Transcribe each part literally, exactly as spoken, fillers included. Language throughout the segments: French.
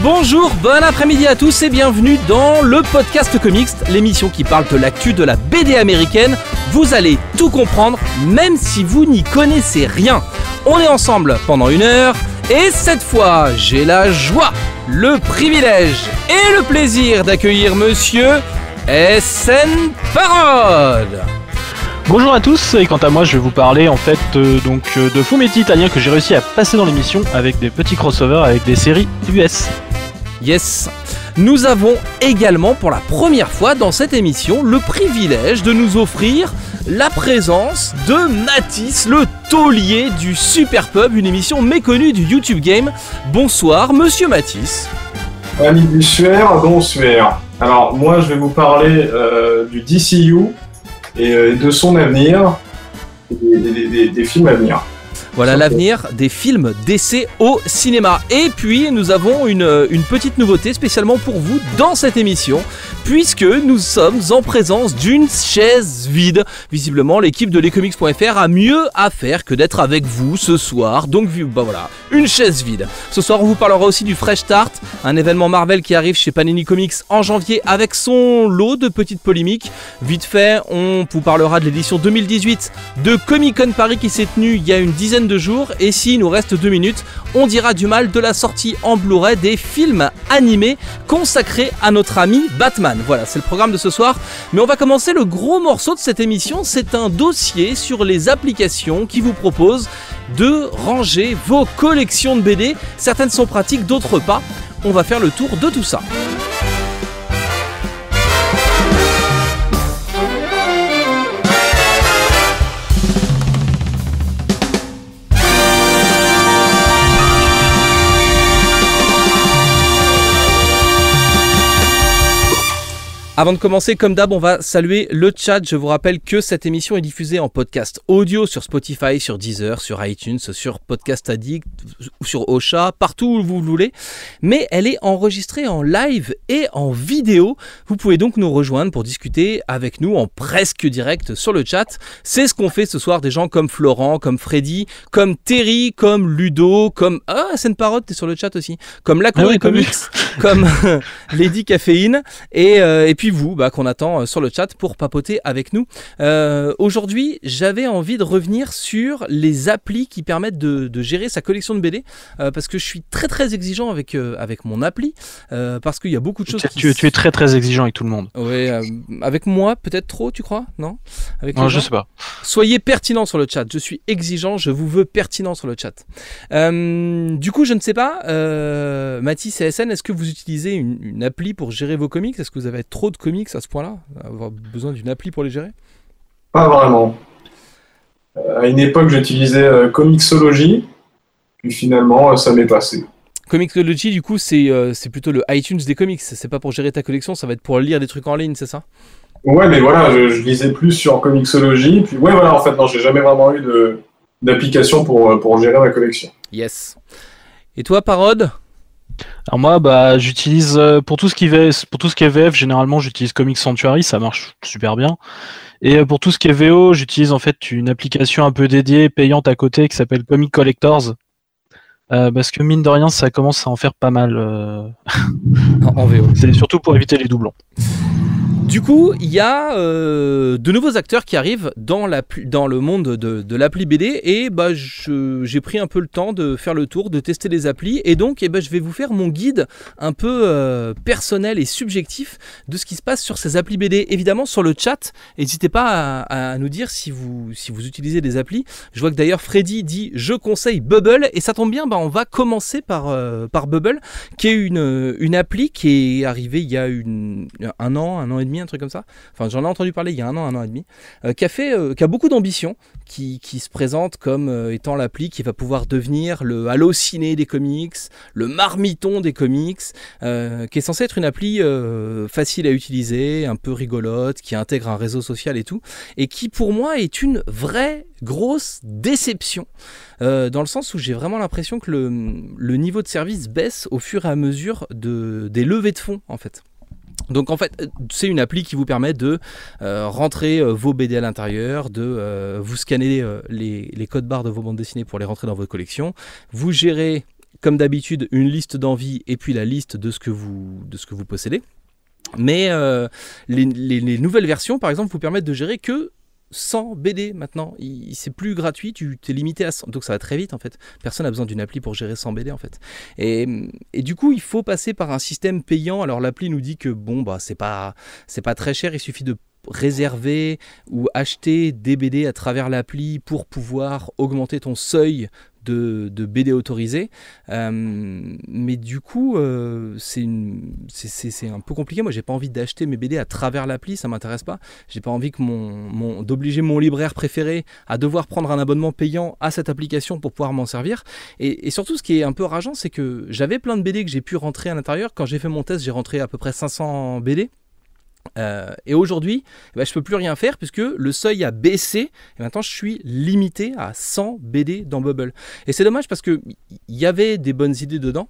Bonjour, bon après-midi à tous et bienvenue dans le podcast Comics, l'émission qui parle de l'actu de la B D américaine. Vous allez tout comprendre, même si vous n'y connaissez rien. On est ensemble pendant une heure et cette fois, j'ai la joie, le privilège et le plaisir d'accueillir Monsieur S N Parode. Bonjour à tous, et quant à moi je vais vous parler en fait euh, donc euh, de fumetti italien que j'ai réussi à passer dans l'émission avec des petits crossovers avec des séries U S. Yes. Nous avons également pour la première fois dans cette émission le privilège de nous offrir la présence de Mathis, le taulier du Super Pub, une émission méconnue du YouTube Game. Bonsoir Monsieur Mathis. Ami du Suaire, bonsoir. Alors moi je vais vous parler euh, du D C U et euh, de son avenir et des, des, des, des films à venir. Voilà l'avenir des films D C au cinéma. Et puis nous avons une, une petite nouveauté spécialement pour vous dans cette émission, puisque nous sommes en présence d'une chaise vide. Visiblement l'équipe de lescomics point f r a mieux à faire que d'être avec vous ce soir. Donc bah voilà, une chaise vide. Ce soir on vous parlera aussi du Fresh Start, un événement Marvel qui arrive chez Panini Comics en janvier avec son lot de petites polémiques. Vite fait, on vous parlera de l'édition deux mille dix-huit de Comic Con Paris qui s'est tenue il y a une dizaine de jours, et s'il nous reste deux minutes, on dira du mal de la sortie en Blu-ray des films animés consacrés à notre ami Batman. Voilà, c'est le programme de ce soir, mais on va commencer le gros morceau de cette émission. C'est un dossier sur les applications qui vous proposent de ranger vos collections de B D. Certaines sont pratiques, d'autres pas. On va faire le tour de tout ça. Avant de commencer, comme d'hab, on va saluer le chat. Je vous rappelle que cette émission est diffusée en podcast audio sur Spotify, sur Deezer, sur iTunes, sur Podcast Addict, sur Ocha, partout où vous voulez. Mais elle est enregistrée en live et en vidéo. Vous pouvez donc nous rejoindre pour discuter avec nous en presque direct sur le chat. C'est ce qu'on fait ce soir, des gens comme Florent, comme Freddy, comme Terry, comme Ludo, comme... Ah, S N Parode, t'es sur le chat aussi. Comme La Cour ah oui, des Comics, comme Lady Caféine, et, euh, et puis vous bah, qu'on attend sur le chat pour papoter avec nous. Euh, aujourd'hui, j'avais envie de revenir sur les applis qui permettent de, de gérer sa collection de B D, euh, parce que je suis très très exigeant avec, euh, avec mon appli, euh, parce qu'il y a beaucoup de choses tu, qui... Tu, tu es très très exigeant avec tout le monde. Ouais, euh, avec moi peut-être trop, tu crois? Non, avec non, je sais pas. Soyez pertinent sur le chat, je suis exigeant, je vous veux pertinent sur le chat. Euh, du coup, je ne sais pas, euh, Mathis et S N, est-ce que vous utilisez une, une appli pour gérer vos comics? Est-ce que vous avez trop de comics à ce point-là, avoir besoin d'une appli pour les gérer? Pas vraiment. Euh, à une époque, j'utilisais euh, Comixology, puis finalement, euh, ça m'est passé. Comixology, du coup, c'est, euh, c'est plutôt le iTunes des comics. C'est pas pour gérer ta collection, ça va être pour lire des trucs en ligne, c'est ça? Ouais, mais voilà, je, je lisais plus sur Comixology, puis ouais, voilà, en fait, non, j'ai jamais vraiment eu de, d'application pour, pour gérer ma collection. Yes. Et toi, Parode? Alors moi, bah, j'utilise euh, pour tout ce qui est pour tout ce qui est V F, généralement j'utilise Comic Sanctuary, ça marche super bien. Et euh, pour tout ce qui est V O, j'utilise en fait une application un peu dédiée, payante à côté, qui s'appelle Comic Collectors, euh, parce que mine de rien, ça commence à en faire pas mal euh... en V O. C'est surtout pour éviter les doublons. Du coup, il y a euh, de nouveaux acteurs qui arrivent dans, la, dans le monde de, de l'appli B D, et bah, je, j'ai pris un peu le temps de faire le tour, de tester les applis, et donc eh ben, je vais vous faire mon guide un peu euh, personnel et subjectif de ce qui se passe sur ces applis B D. Évidemment, sur le chat, n'hésitez pas à, à nous dire si vous, si vous utilisez des applis. Je vois que d'ailleurs Freddy dit « Je conseille Bubble », et ça tombe bien, bah, on va commencer par, euh, par Bubble, qui est une, une appli qui est arrivée il y a une, un an, un an et demi, un truc comme ça. Enfin, j'en ai entendu parler il y a un an, un an et demi, euh, qui a fait, euh, qui a beaucoup d'ambition, qui, qui se présente comme euh, étant l'appli qui va pouvoir devenir le Allociné des comics, le Marmiton des comics, euh, qui est censé être une appli euh, facile à utiliser, un peu rigolote, qui intègre un réseau social et tout, et qui pour moi est une vraie grosse déception, euh, dans le sens où j'ai vraiment l'impression que le, le niveau de service baisse au fur et à mesure de, des levées de fonds en fait. Donc en fait, c'est une appli qui vous permet de euh, rentrer euh, vos B D à l'intérieur, de euh, vous scanner euh, les, les codes barres de vos bandes dessinées pour les rentrer dans votre collection, vous gérez comme d'habitude, une liste d'envie et puis la liste de ce que vous, de ce que vous possédez. Mais euh, les, les, les nouvelles versions, par exemple, vous permettent de gérer que cent B D maintenant. Il, c'est plus gratuit, tu t'es limité à cent. Donc ça va très vite en fait. Personne n'a besoin d'une appli pour gérer cent B D en fait. Et, et du coup, il faut passer par un système payant. Alors l'appli nous dit que bon, bah, c'est pas, c'est pas très cher, il suffit de réserver ou acheter des B D à travers l'appli pour pouvoir augmenter ton seuil de, de B D autorisés. Euh, mais du coup, euh, c'est, une, c'est, c'est, c'est un peu compliqué. Moi, j'ai pas envie d'acheter mes B D à travers l'appli, ça m'intéresse pas. J'ai pas envie que mon, mon, d'obliger mon libraire préféré à devoir prendre un abonnement payant à cette application pour pouvoir m'en servir. Et, et surtout, ce qui est un peu rageant, c'est que j'avais plein de B D que j'ai pu rentrer à l'intérieur. Quand j'ai fait mon test, j'ai rentré à peu près cinq cents B D. Euh, et aujourd'hui, eh ben, je ne peux plus rien faire puisque le seuil a baissé et maintenant je suis limité à cent B D dans Bubble. Et c'est dommage parce qu'il y avait des bonnes idées dedans.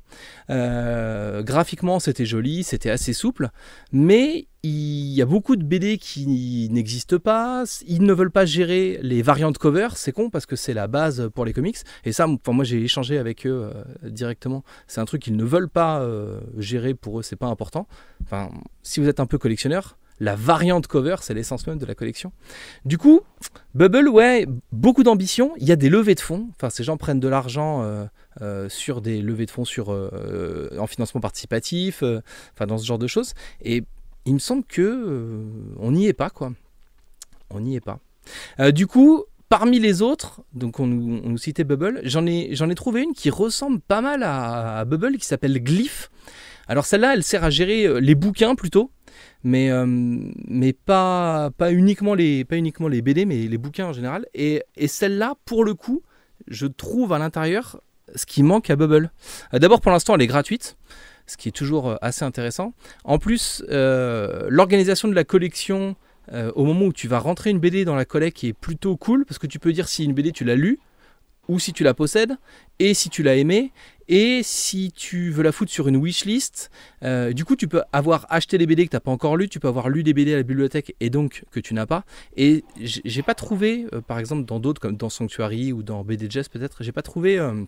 Euh, graphiquement, c'était joli, c'était assez souple, mais il y a beaucoup de B D qui n'existent pas. Ils ne veulent pas gérer les variantes cover. C'est con parce que c'est la base pour les comics. Et ça, moi j'ai échangé avec eux euh, directement. C'est un truc qu'ils ne veulent pas euh, gérer. Pour eux, c'est pas important. Enfin, si vous êtes un peu collectionneur, la variante cover, c'est l'essence même de la collection. Du coup, Bubble, ouais, beaucoup d'ambition. Il y a des levées de fonds. Enfin, ces gens prennent de l'argent euh, euh, sur des levées de fonds sur, euh, en financement participatif, euh, enfin, dans ce genre de choses. Et il me semble que euh, on n'y est pas, quoi. On n'y est pas. Euh, du coup, parmi les autres, donc on nous, on nous citait Bubble, j'en ai, j'en ai trouvé une qui ressemble pas mal à, à Bubble, qui s'appelle Glyph. Alors celle-là, elle sert à gérer les bouquins plutôt, mais, euh, mais pas, pas, uniquement les, pas uniquement les B D, mais les bouquins en général. Et, et celle-là, pour le coup, je trouve à l'intérieur ce qui manque à Bubble. Euh, d'abord, pour l'instant, elle est gratuite, ce qui est toujours assez intéressant. En plus, euh, l'organisation de la collection, euh, au moment où tu vas rentrer une B D dans la collecte, est plutôt cool, parce que tu peux dire si une B D tu l'as lue, ou si tu la possèdes, et si tu l'as aimée, et si tu veux la foutre sur une wishlist. Euh, du coup, tu peux avoir acheté des B D que tu n'as pas encore lu, tu peux avoir lu des B D à la bibliothèque, et donc que tu n'as pas. Et j'ai pas trouvé, euh, par exemple dans d'autres, comme dans Sanctuary, ou dans B D Jazz peut-être, j'ai pas trouvé... Euh,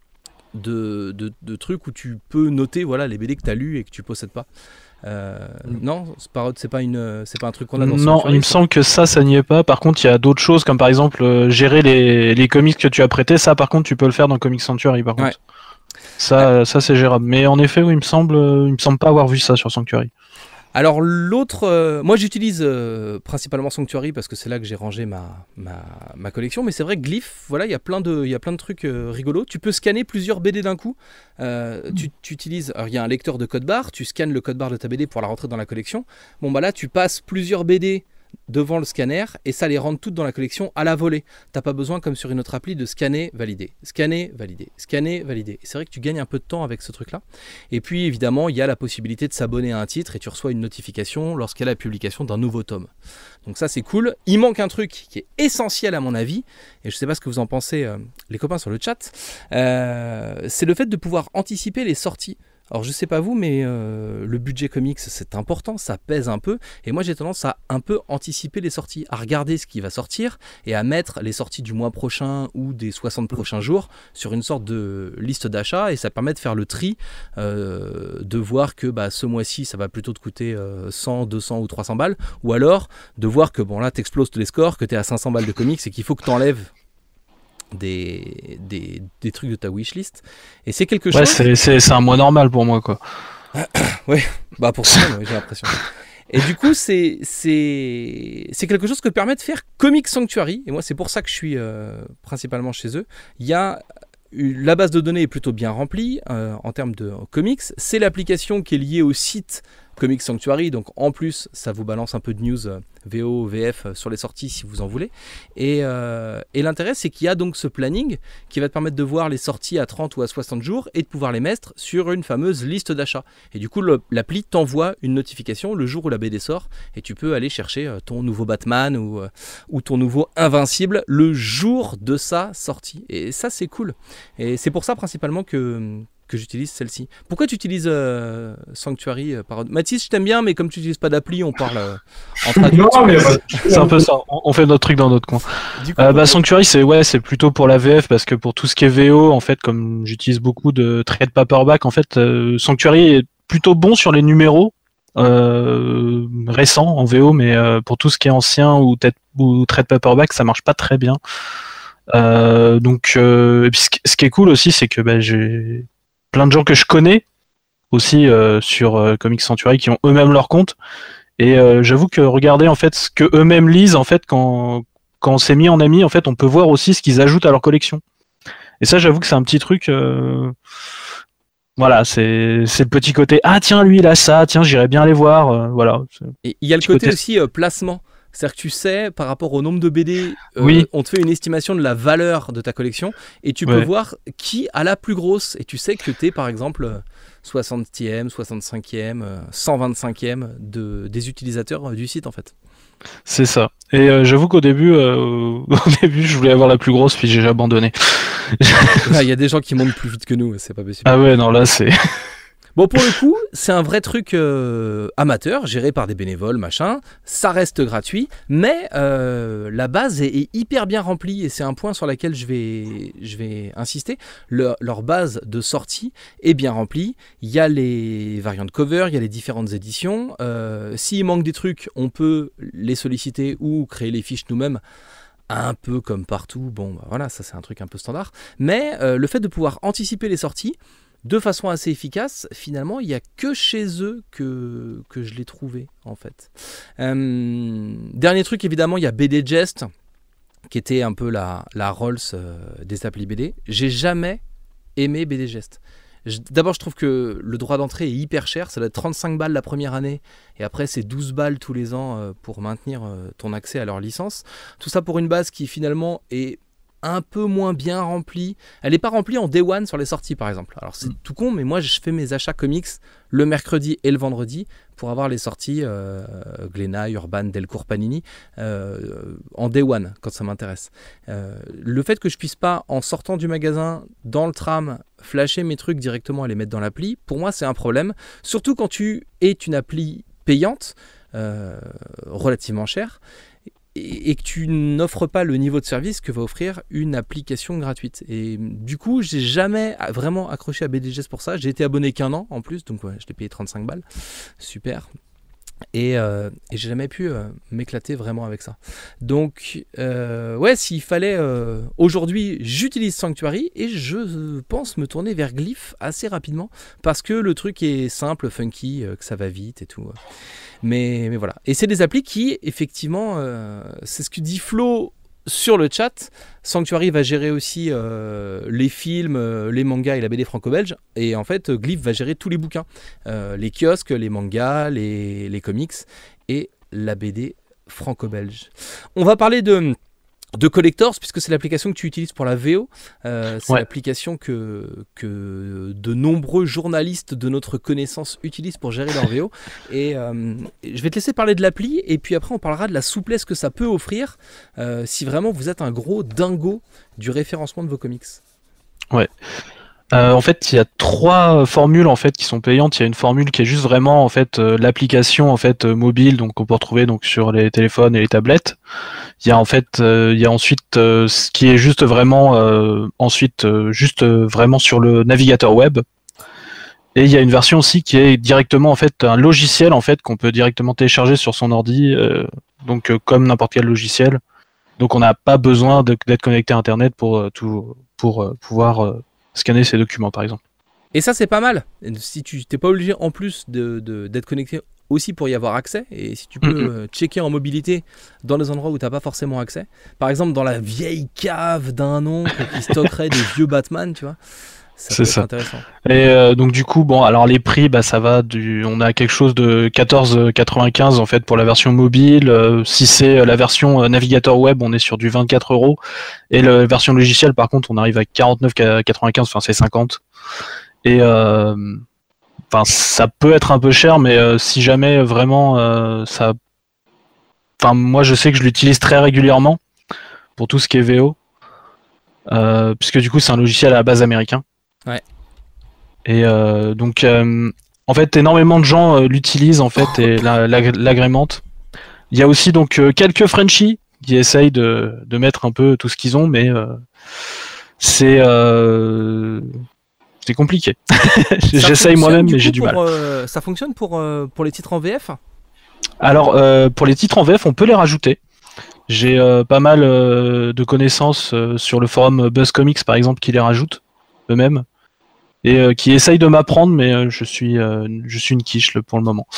De, de, de trucs où tu peux noter voilà, les B D que tu as lus et que tu possèdes pas. Euh, mm. Non, c'est pas, c'est, pas une, c'est pas un truc qu'on a dans Non, il me semble que ça, ça n'y est pas. Par contre, il y a d'autres choses comme par exemple euh, gérer les, les comics que tu as prêtés. Ça, par contre, tu peux le faire dans Comic Sanctuary. Par contre, ouais. ça, ouais. ça c'est gérable. Mais en effet, oui, il me semble, il me semble pas avoir vu ça sur Sanctuary. Alors l'autre, euh, moi j'utilise euh, principalement Sanctuary parce que c'est là que j'ai rangé ma, ma, ma collection, mais c'est vrai que Glyph, voilà, il y a plein de, il y a plein de trucs euh, rigolos. Tu peux scanner plusieurs B D d'un coup. Euh, mmh. Tu, tu utilises, alors il y a un lecteur de code barre, tu scannes le code barre de ta B D pour la rentrer dans la collection. Bon bah là tu passes plusieurs B D devant le scanner et ça les rentre toutes dans la collection à la volée. T'as pas besoin comme sur une autre appli de scanner, valider, scanner, valider, scanner, valider. Et c'est vrai que tu gagnes un peu de temps avec ce truc là. Et puis évidemment il y a la possibilité de s'abonner à un titre et tu reçois une notification lorsqu'il y a la publication d'un nouveau tome. Donc ça c'est cool. Il manque un truc qui est essentiel à mon avis et je sais pas ce que vous en pensez euh, les copains sur le chat. Euh, c'est le fait de pouvoir anticiper les sorties. Alors je sais pas vous, mais euh, le budget comics c'est important, ça pèse un peu, et moi j'ai tendance à un peu anticiper les sorties, à regarder ce qui va sortir, et à mettre les sorties du mois prochain ou des soixante prochains jours sur une sorte de liste d'achat, et ça permet de faire le tri, euh, de voir que bah, ce mois-ci ça va plutôt te coûter euh, cent, deux cents ou trois cents balles, ou alors de voir que bon là t'exploses tous les scores, que t'es à cinq cents balles de comics, et qu'il faut que t'enlèves Des, des, des trucs de ta wishlist et c'est quelque chose. Ouais, c'est, c'est, c'est un mois normal pour moi quoi. Ouais, bah pour ça, ouais, j'ai l'impression. Et du coup, c'est, c'est, c'est quelque chose que permet de faire Comic Sanctuary. Et moi, c'est pour ça que je suis euh, principalement chez eux. Il y a la base de données est plutôt bien remplie euh, en termes de comics. C'est l'application qui est liée au site Comic Sanctuary, donc en plus ça vous balance un peu de news euh, V O, V F euh, sur les sorties si vous en voulez. Et, euh, et l'intérêt c'est qu'il y a donc ce planning qui va te permettre de voir les sorties à trente ou à soixante jours et de pouvoir les mettre sur une fameuse liste d'achat. Et du coup le, l'appli t'envoie une notification le jour où la B D sort et tu peux aller chercher euh, ton nouveau Batman ou, euh, ou ton nouveau Invincible le jour de sa sortie. Et ça c'est cool. Et c'est pour ça principalement que que j'utilise celle-ci. Pourquoi tu utilises euh, Sanctuary euh, par... Mathis, je t'aime bien, mais comme tu n'utilises pas d'appli, on parle euh, en traduction. Non, mais c'est un peu ça. On fait notre truc dans notre coin. Du coup, euh, bah, Sanctuary, c'est ouais, c'est plutôt pour la V F parce que pour tout ce qui est V O, en fait, comme j'utilise beaucoup de trade paperback, en fait, euh, Sanctuary est plutôt bon sur les numéros euh, récents en V O, mais euh, pour tout ce qui est ancien ou, ou trade paperback, ça marche pas très bien. Euh, donc, euh, et puis ce, ce qui est cool aussi, c'est que bah, j'ai plein de gens que je connais aussi euh, sur euh, Comics Sanctuary qui ont eux-mêmes leur compte. Et euh, j'avoue que regarder en fait ce que eux-mêmes lisent en fait quand quand on s'est mis en ami, en fait, on peut voir aussi ce qu'ils ajoutent à leur collection. Et ça, j'avoue que c'est un petit truc. Euh... Voilà, c'est c'est le petit côté. Ah tiens, lui il a ça. Tiens, j'irais bien aller voir. Euh, voilà. Et il y a le côté, côté aussi euh, placement. C'est-à-dire que tu sais, par rapport au nombre de B D, euh, oui. on te fait une estimation de la valeur de ta collection et tu peux ouais. voir qui a la plus grosse. Et tu sais que tu es, par exemple, soixantième, soixante-cinquième, cent vingt-cinquième de, des utilisateurs du site, en fait. C'est ça. Et euh, j'avoue qu'au début, euh, au début, je voulais avoir la plus grosse, puis j'ai abandonné. Il y a des gens qui montent plus vite que nous, c'est pas possible. Ah ouais, non, là, c'est... Bon, pour le coup, c'est un vrai truc euh, amateur, géré par des bénévoles, machin. Ça reste gratuit, mais euh, la base est, est hyper bien remplie et c'est un point sur lequel je vais, je vais insister. Le, leur base de sortie est bien remplie. Il y a les variantes cover, il y a les différentes éditions. Euh, s'il manque des trucs, on peut les solliciter ou créer les fiches nous-mêmes. Un peu comme partout. Bon, bah voilà, ça c'est un truc un peu standard. Mais euh, le fait de pouvoir anticiper les sorties de façon assez efficace, finalement, il n'y a que chez eux que, que je l'ai trouvé, en fait. Euh, dernier truc, évidemment, il y a B D Jest, qui était un peu la, la Rolls euh, des applis B D. J'ai jamais aimé B D Jest. Je, d'abord, je trouve que le droit d'entrée est hyper cher. Ça doit être trente-cinq balles la première année, et après, c'est douze balles tous les ans euh, pour maintenir euh, ton accès à leur licence. Tout ça pour une base qui, finalement, est un peu moins bien remplie. Elle n'est pas remplie en day one sur les sorties, par exemple. Alors c'est mmh. tout con, mais moi je fais mes achats comics le mercredi et le vendredi pour avoir les sorties euh, Glénat, Urban, Delcourt, Panini euh, en day one quand ça m'intéresse. Euh, le fait que je puisse pas, en sortant du magasin, dans le tram, flasher mes trucs directement et les mettre dans l'appli, pour moi c'est un problème. Surtout quand tu es une appli payante, euh, relativement chère, et que tu n'offres pas le niveau de service que va offrir une application gratuite. Et du coup, j'ai jamais vraiment accroché à B D Jest pour ça. J'ai été abonné qu'un an en plus, donc ouais, je l'ai payé trente-cinq balles. Super. Et, euh, et j'ai jamais pu euh, m'éclater vraiment avec ça. Donc, euh, ouais, s'il fallait... Euh, aujourd'hui, j'utilise Sanctuary et je pense me tourner vers Glyph assez rapidement parce que le truc est simple, funky, euh, que ça va vite et tout. Mais, mais voilà. Et c'est des applis qui, effectivement, euh, c'est ce que dit Flo sur le chat. Sanctuary va gérer aussi euh, les films, euh, les mangas et la B D franco-belge. Et en fait, Glyph va gérer tous les bouquins. Euh, les kiosques, les mangas, les, les comics et la B D franco-belge. On va parler de... de Collectors, puisque c'est l'application que tu utilises pour la V O. Euh, c'est ouais. l'application que, que de nombreux journalistes de notre connaissance utilisent pour gérer leur V O. Et euh, je vais te laisser parler de l'appli, et puis après on parlera de la souplesse que ça peut offrir euh, si vraiment vous êtes un gros dingo du référencement de vos comics. Ouais. Euh, en fait, il y a trois formules en fait qui sont payantes. Il y a une formule qui est juste vraiment en fait euh, l'application en fait euh, mobile, donc qu'on peut retrouver donc sur les téléphones et les tablettes. Il y a en fait, euh, il y a ensuite euh, ce qui est juste vraiment euh, ensuite euh, juste euh, vraiment sur le navigateur web. Et il y a une version aussi qui est directement en fait un logiciel en fait qu'on peut directement télécharger sur son ordi, euh, donc euh, comme n'importe quel logiciel. Donc on n'a pas besoin de, d'être connecté à Internet pour euh, tout pour euh, pouvoir euh, scanner ces documents par exemple. Et ça c'est pas mal. Si tu t'es pas obligé en plus de, de, d'être connecté aussi pour y avoir accès, et si tu peux mm-hmm. euh, checker en mobilité dans les endroits où t'as pas forcément accès, par exemple dans la vieille cave d'un oncle qui stockerait des vieux Batman, tu vois, ça c'est peut ça. être intéressant. Et euh, donc du coup bon, alors les prix, bah ça va du, on a quelque chose de quatorze quatre-vingt-quinze en fait pour la version mobile. Euh, si c'est la version euh, navigateur web, on est sur du vingt-quatre euros, et la version logicielle par contre on arrive à quarante-neuf quatre-vingt-quinze, enfin c'est cinquante. Et euh, enfin, ça peut être un peu cher, mais euh, si jamais vraiment euh, ça, enfin moi je sais que je l'utilise très régulièrement pour tout ce qui est V O, euh, puisque du coup c'est un logiciel à la base américain. Ouais. Et euh, donc, euh, en fait, énormément de gens euh, l'utilisent en fait et la- la- l'agrémentent. Il y a aussi donc euh, quelques Frenchies qui essayent de, de mettre un peu tout ce qu'ils ont, mais euh, c'est euh, c'est compliqué. J'essaye moi-même, mais j'ai du mal. Euh, ça fonctionne pour, euh, pour les titres en V F? Alors, euh, pour les titres en V F, on peut les rajouter. J'ai euh, pas mal euh, de connaissances euh, sur le forum Buzz Comics, par exemple, qui les rajoutent eux-mêmes et euh, qui essayent de m'apprendre, mais euh, je suis euh, je suis une quiche là, pour le moment.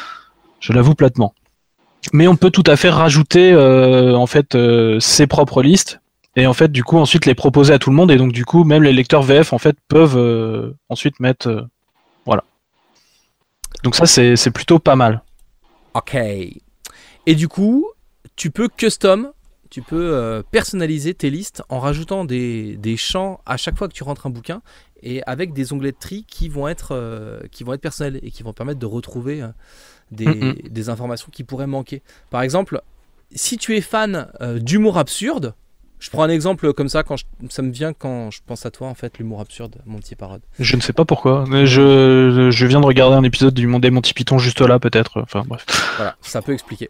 Je l'avoue platement. Mais on peut tout à fait rajouter euh, en fait euh, ses propres listes et en fait du coup ensuite les proposer à tout le monde et donc du coup même les lecteurs V F en fait peuvent euh, ensuite mettre euh, voilà. Donc ça c'est c'est plutôt pas mal. Ok. Et du coup, tu peux custom, tu peux euh, personnaliser tes listes en rajoutant des, des champs à chaque fois que tu rentres un bouquin et avec des onglets de tri qui vont être, euh, qui vont être personnels et qui vont permettre de retrouver euh, des, mm-hmm. des informations qui pourraient manquer. Par exemple, si tu es fan euh, d'humour absurde, je prends un exemple comme ça, quand je, ça me vient quand je pense à toi, en fait, l'humour absurde, mon petit parode. Je ne sais pas pourquoi. Je, je viens de regarder un épisode du Monde des Monty Python juste là, peut-être. Enfin, bref. Voilà, ça peut expliquer.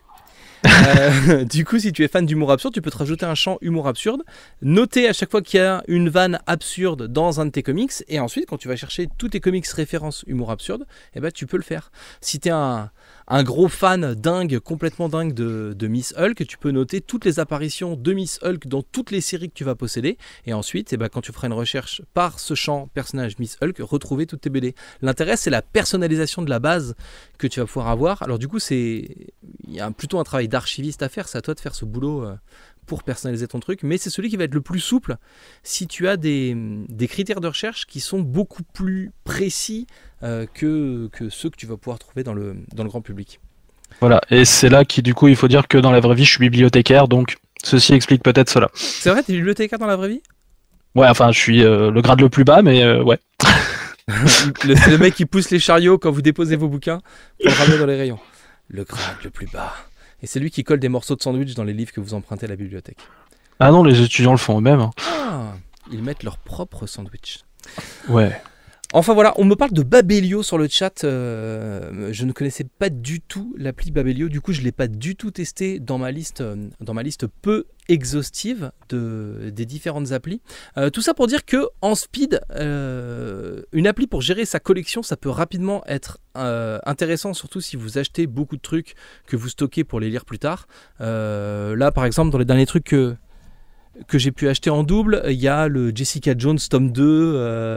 euh, du coup, si tu es fan d'humour absurde, tu peux te rajouter un champ humour absurde, noter à chaque fois qu'il y a une vanne absurde dans un de tes comics, et ensuite, quand tu vas chercher tous tes comics références humour absurde, eh ben, tu peux le faire. Si tu es un, un gros fan dingue, complètement dingue de, de Miss Hulk, tu peux noter toutes les apparitions de Miss Hulk dans toutes les séries que tu vas posséder, et ensuite, eh ben, quand tu feras une recherche par ce champ personnage Miss Hulk, retrouver toutes tes B D. L'intérêt, c'est la personnalisation de la base que tu vas pouvoir avoir. Alors du coup, c'est il y a plutôt un travail d'archiviste à faire, c'est à toi de faire ce boulot pour personnaliser ton truc, mais c'est celui qui va être le plus souple si tu as des, des critères de recherche qui sont beaucoup plus précis euh, que, que ceux que tu vas pouvoir trouver dans le, dans le grand public. Voilà, et c'est là qui du coup il faut dire que dans la vraie vie je suis bibliothécaire, donc ceci explique peut-être cela. C'est vrai, t'es bibliothécaire dans la vraie vie? Ouais, enfin je suis euh, le grade le plus bas, mais euh, ouais. le, c'est le mec qui pousse les chariots quand vous déposez vos bouquins pour le ramener dans les rayons. Le grade le plus bas. Et c'est lui qui colle des morceaux de sandwich dans les livres que vous empruntez à la bibliothèque. Ah non, les étudiants le font eux-mêmes. Ah, ils mettent leur propre sandwich. Ouais. Enfin voilà, on me parle de Babelio sur le chat. Euh, je ne connaissais pas du tout l'appli Babelio. Du coup, je ne l'ai pas du tout testé dans ma liste, euh, dans ma liste peu exhaustive de, des différentes applis. Euh, tout ça pour dire que en speed, euh, une appli pour gérer sa collection, ça peut rapidement être euh, intéressant, surtout si vous achetez beaucoup de trucs que vous stockez pour les lire plus tard. Euh, là, par exemple, dans les derniers trucs que que j'ai pu acheter en double, il y a le Jessica Jones tome deux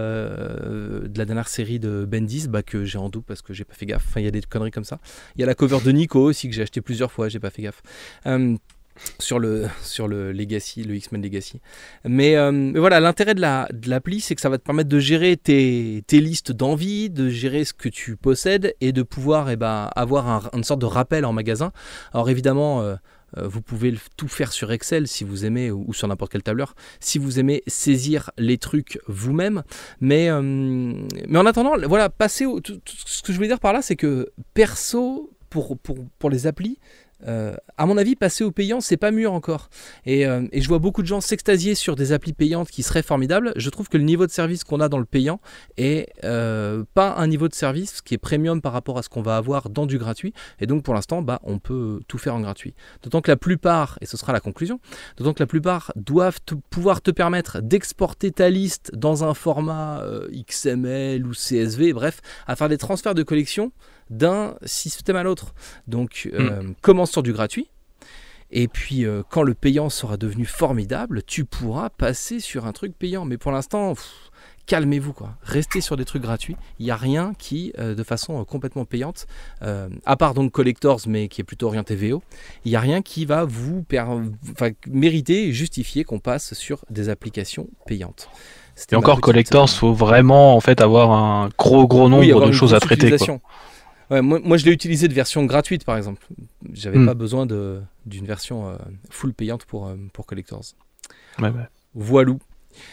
euh, de la dernière série de Bendis, bah, que j'ai en double parce que j'ai pas fait gaffe. Enfin, il y a des conneries comme ça. Il y a la cover de Nico aussi que j'ai acheté plusieurs fois, j'ai pas fait gaffe. Euh, sur le, sur le Legacy, le X-Men Legacy. Mais, euh, mais voilà, l'intérêt de, la, de l'appli, c'est que ça va te permettre de gérer tes, tes listes d'envie, de gérer ce que tu possèdes et de pouvoir eh ben, avoir un, une sorte de rappel en magasin. Alors évidemment, euh, vous pouvez tout faire sur Excel si vous aimez, ou sur n'importe quel tableur, si vous aimez saisir les trucs vous-même. Mais, euh, mais en attendant, voilà, passer au, tout, tout, ce que je voulais dire par là, c'est que perso, pour, pour, pour les applis, Euh, à mon avis, passer au payant, c'est pas mûr encore. Et, euh, et je vois beaucoup de gens s'extasier sur des applis payantes qui seraient formidables. Je trouve que le niveau de service qu'on a dans le payant est euh, pas un niveau de service qui est premium par rapport à ce qu'on va avoir dans du gratuit. Et donc pour l'instant, bah, on peut tout faire en gratuit. D'autant que la plupart, et ce sera la conclusion, d'autant que la plupart doivent te, pouvoir te permettre d'exporter ta liste dans un format euh, X M L ou C S V, bref, à faire des transferts de collection d'un système à l'autre. Donc euh, mmh. commence sur du gratuit et puis euh, quand le payant sera devenu formidable, tu pourras passer sur un truc payant. Mais pour l'instant, pff, calmez-vous quoi. Restez sur des trucs gratuits. Il n'y a rien qui, euh, de façon euh, complètement payante, euh, à part donc Collectors, mais qui est plutôt orienté V O, il n'y a rien qui va vous per- mériter et justifier qu'on passe sur des applications payantes. C'était et encore Collectors, il faut vraiment en fait avoir un gros gros nombre oui, de choses à traiter quoi. Ouais, moi, moi, je l'ai utilisé de version gratuite, par exemple. J'avais mm. pas besoin de, d'une version euh, full payante pour, euh, pour Collectors. Ouais, ouais. Voilou.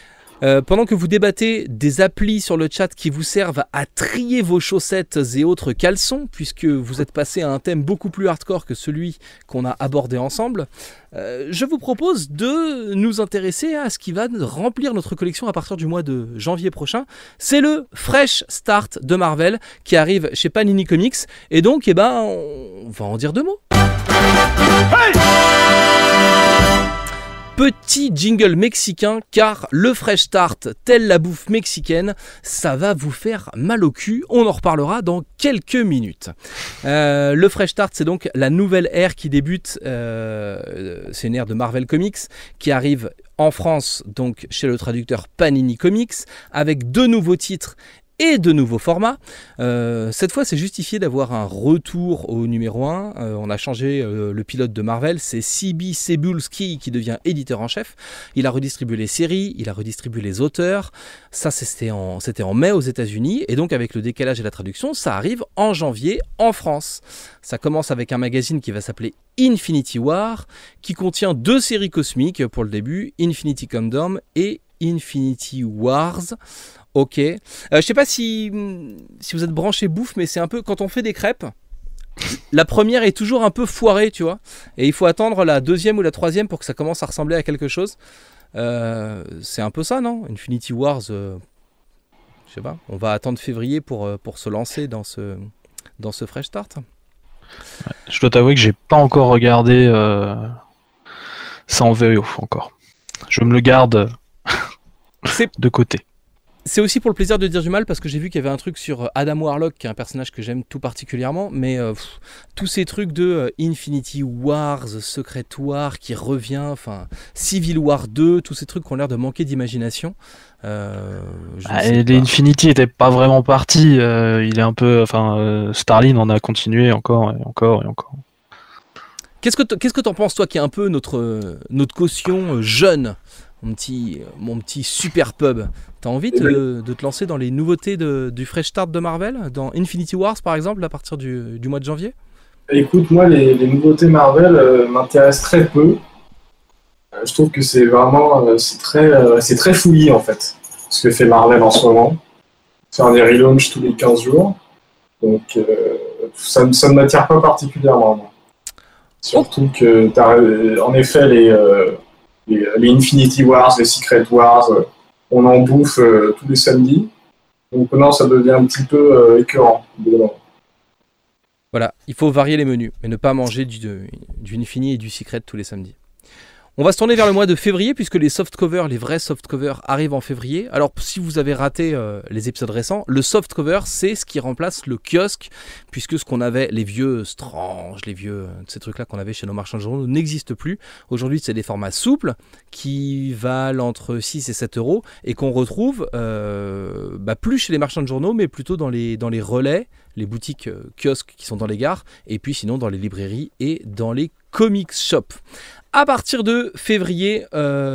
Euh, pendant que vous débattez des applis sur le chat qui vous servent à trier vos chaussettes et autres caleçons, puisque vous êtes passé à un thème beaucoup plus hardcore que celui qu'on a abordé ensemble, euh, je vous propose de nous intéresser à ce qui va remplir notre collection à partir du mois de janvier prochain. C'est le Fresh Start de Marvel qui arrive chez Panini Comics. Et donc, eh ben, on va en dire deux mots. Hey! Petit jingle mexicain, car le Fresh Start, tel la bouffe mexicaine, ça va vous faire mal au cul. On en reparlera dans quelques minutes. Euh, le Fresh Start, c'est donc la nouvelle ère qui débute. Euh, c'est une ère de Marvel Comics qui arrive en France, donc chez le traducteur Panini Comics, avec deux nouveaux titres et de nouveaux formats. Euh, cette fois, c'est justifié d'avoir un retour au numéro un. Euh, on a changé euh, le pilote de Marvel, c'est C B Cebulski qui devient éditeur en chef. Il a redistribué les séries, il a redistribué les auteurs. Ça, c'était en, c'était en mai aux États-Unis. Et donc, avec le décalage et la traduction, ça arrive en janvier en France. Ça commence avec un magazine qui va s'appeler Infinity War, qui contient deux séries cosmiques pour le début, Infinity Kingdom et Infinity Wars. Ok. Euh, je sais pas si, si vous êtes branché bouffe, mais c'est un peu quand on fait des crêpes. La première est toujours un peu foirée, tu vois. Et il faut attendre la deuxième ou la troisième pour que ça commence à ressembler à quelque chose. Euh, c'est un peu ça, non? Infinity Wars, euh, je sais pas. On va attendre février pour, pour se lancer dans ce, dans ce Fresh Start. Ouais, je dois t'avouer que j'ai pas encore regardé euh, ça en V O encore. Je me le garde c'est... de côté. C'est aussi pour le plaisir de dire du mal parce que j'ai vu qu'il y avait un truc sur Adam Warlock qui est un personnage que j'aime tout particulièrement, mais euh, pff, tous ces trucs de euh, Infinity Wars, Secret War qui revient, enfin Civil War deux, tous ces trucs qui ont l'air de manquer d'imagination. Euh, ah, et les Infinity n'étaient pas vraiment partis, euh, il est un peu, enfin euh, Starlin en a continué encore et encore et encore. Qu'est-ce que t- qu'est-ce que t'en penses toi qui est un peu notre notre caution jeune? Mon petit, mon petit super pub. T'as envie de, de te lancer dans les nouveautés de, du Fresh Start de Marvel? Dans Infinity Wars, par exemple, à partir du, du mois de janvier? Écoute, moi, les, les nouveautés Marvel euh, m'intéressent très peu. Euh, je trouve que c'est vraiment... Euh, c'est très, euh, c'est très fouillis, en fait, ce que fait Marvel en ce moment. Faire des relaunchs tous les quinze jours. Donc, euh, ça, ça ne m'attire pas particulièrement. Moi. Surtout que, t'as, en effet, les... Euh, Les, les Infinity Wars, les Secret Wars, euh, on en bouffe euh, tous les samedis. Donc non, ça devient un petit peu euh, écœurant. Voilà, il faut varier les menus, mais ne pas manger du, du Infini et du Secret tous les samedis. On va se tourner vers le mois de février puisque les softcovers, les vrais softcovers arrivent en février. Alors si vous avez raté euh, les épisodes récents, le softcover c'est ce qui remplace le kiosque puisque ce qu'on avait, les vieux Strange, les vieux, ces trucs-là qu'on avait chez nos marchands de journaux n'existent plus. Aujourd'hui c'est des formats souples qui valent entre six et sept euros et qu'on retrouve euh, bah, plus chez les marchands de journaux mais plutôt dans les, dans les relais, les boutiques euh, kiosques qui sont dans les gares et puis sinon dans les librairies et dans les comics shops. À partir de février,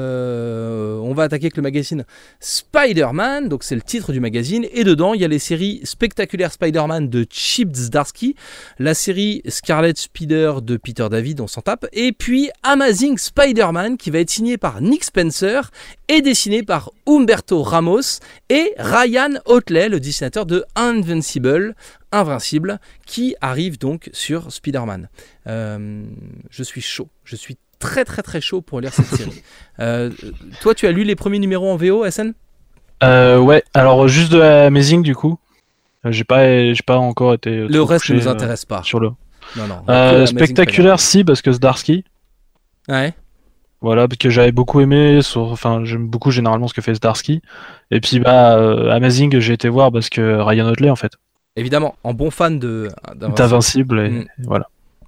euh, on va attaquer avec le magazine Spider-Man, donc c'est le titre du magazine, et dedans il y a les séries Spectaculaire Spider-Man de Chip Zdarsky, la série Scarlet Spider de Peter David, on s'en tape, et puis Amazing Spider-Man qui va être signé par Nick Spencer et dessiné par Humberto Ramos et Ryan Otley, le dessinateur de Invincible, Invincible, qui arrive donc sur Spider-Man. Euh, je suis chaud, je suis très très très chaud pour lire cette série. Euh, toi, tu as lu les premiers numéros en V O, S N? euh, Ouais, alors juste de Amazing du coup. J'ai pas, j'ai pas encore été. Le reste touché, ne nous intéresse pas. Sur le. Non, non. Euh, spectaculaire, si, parce que Zdarsky. Ouais. Voilà, parce que j'avais beaucoup aimé, sur... enfin j'aime beaucoup généralement ce que fait Zdarsky. Et puis bah euh, Amazing, j'ai été voir parce que Ryan Otley en fait. Évidemment, en bon fan de d'Invincible, et... mm. voilà.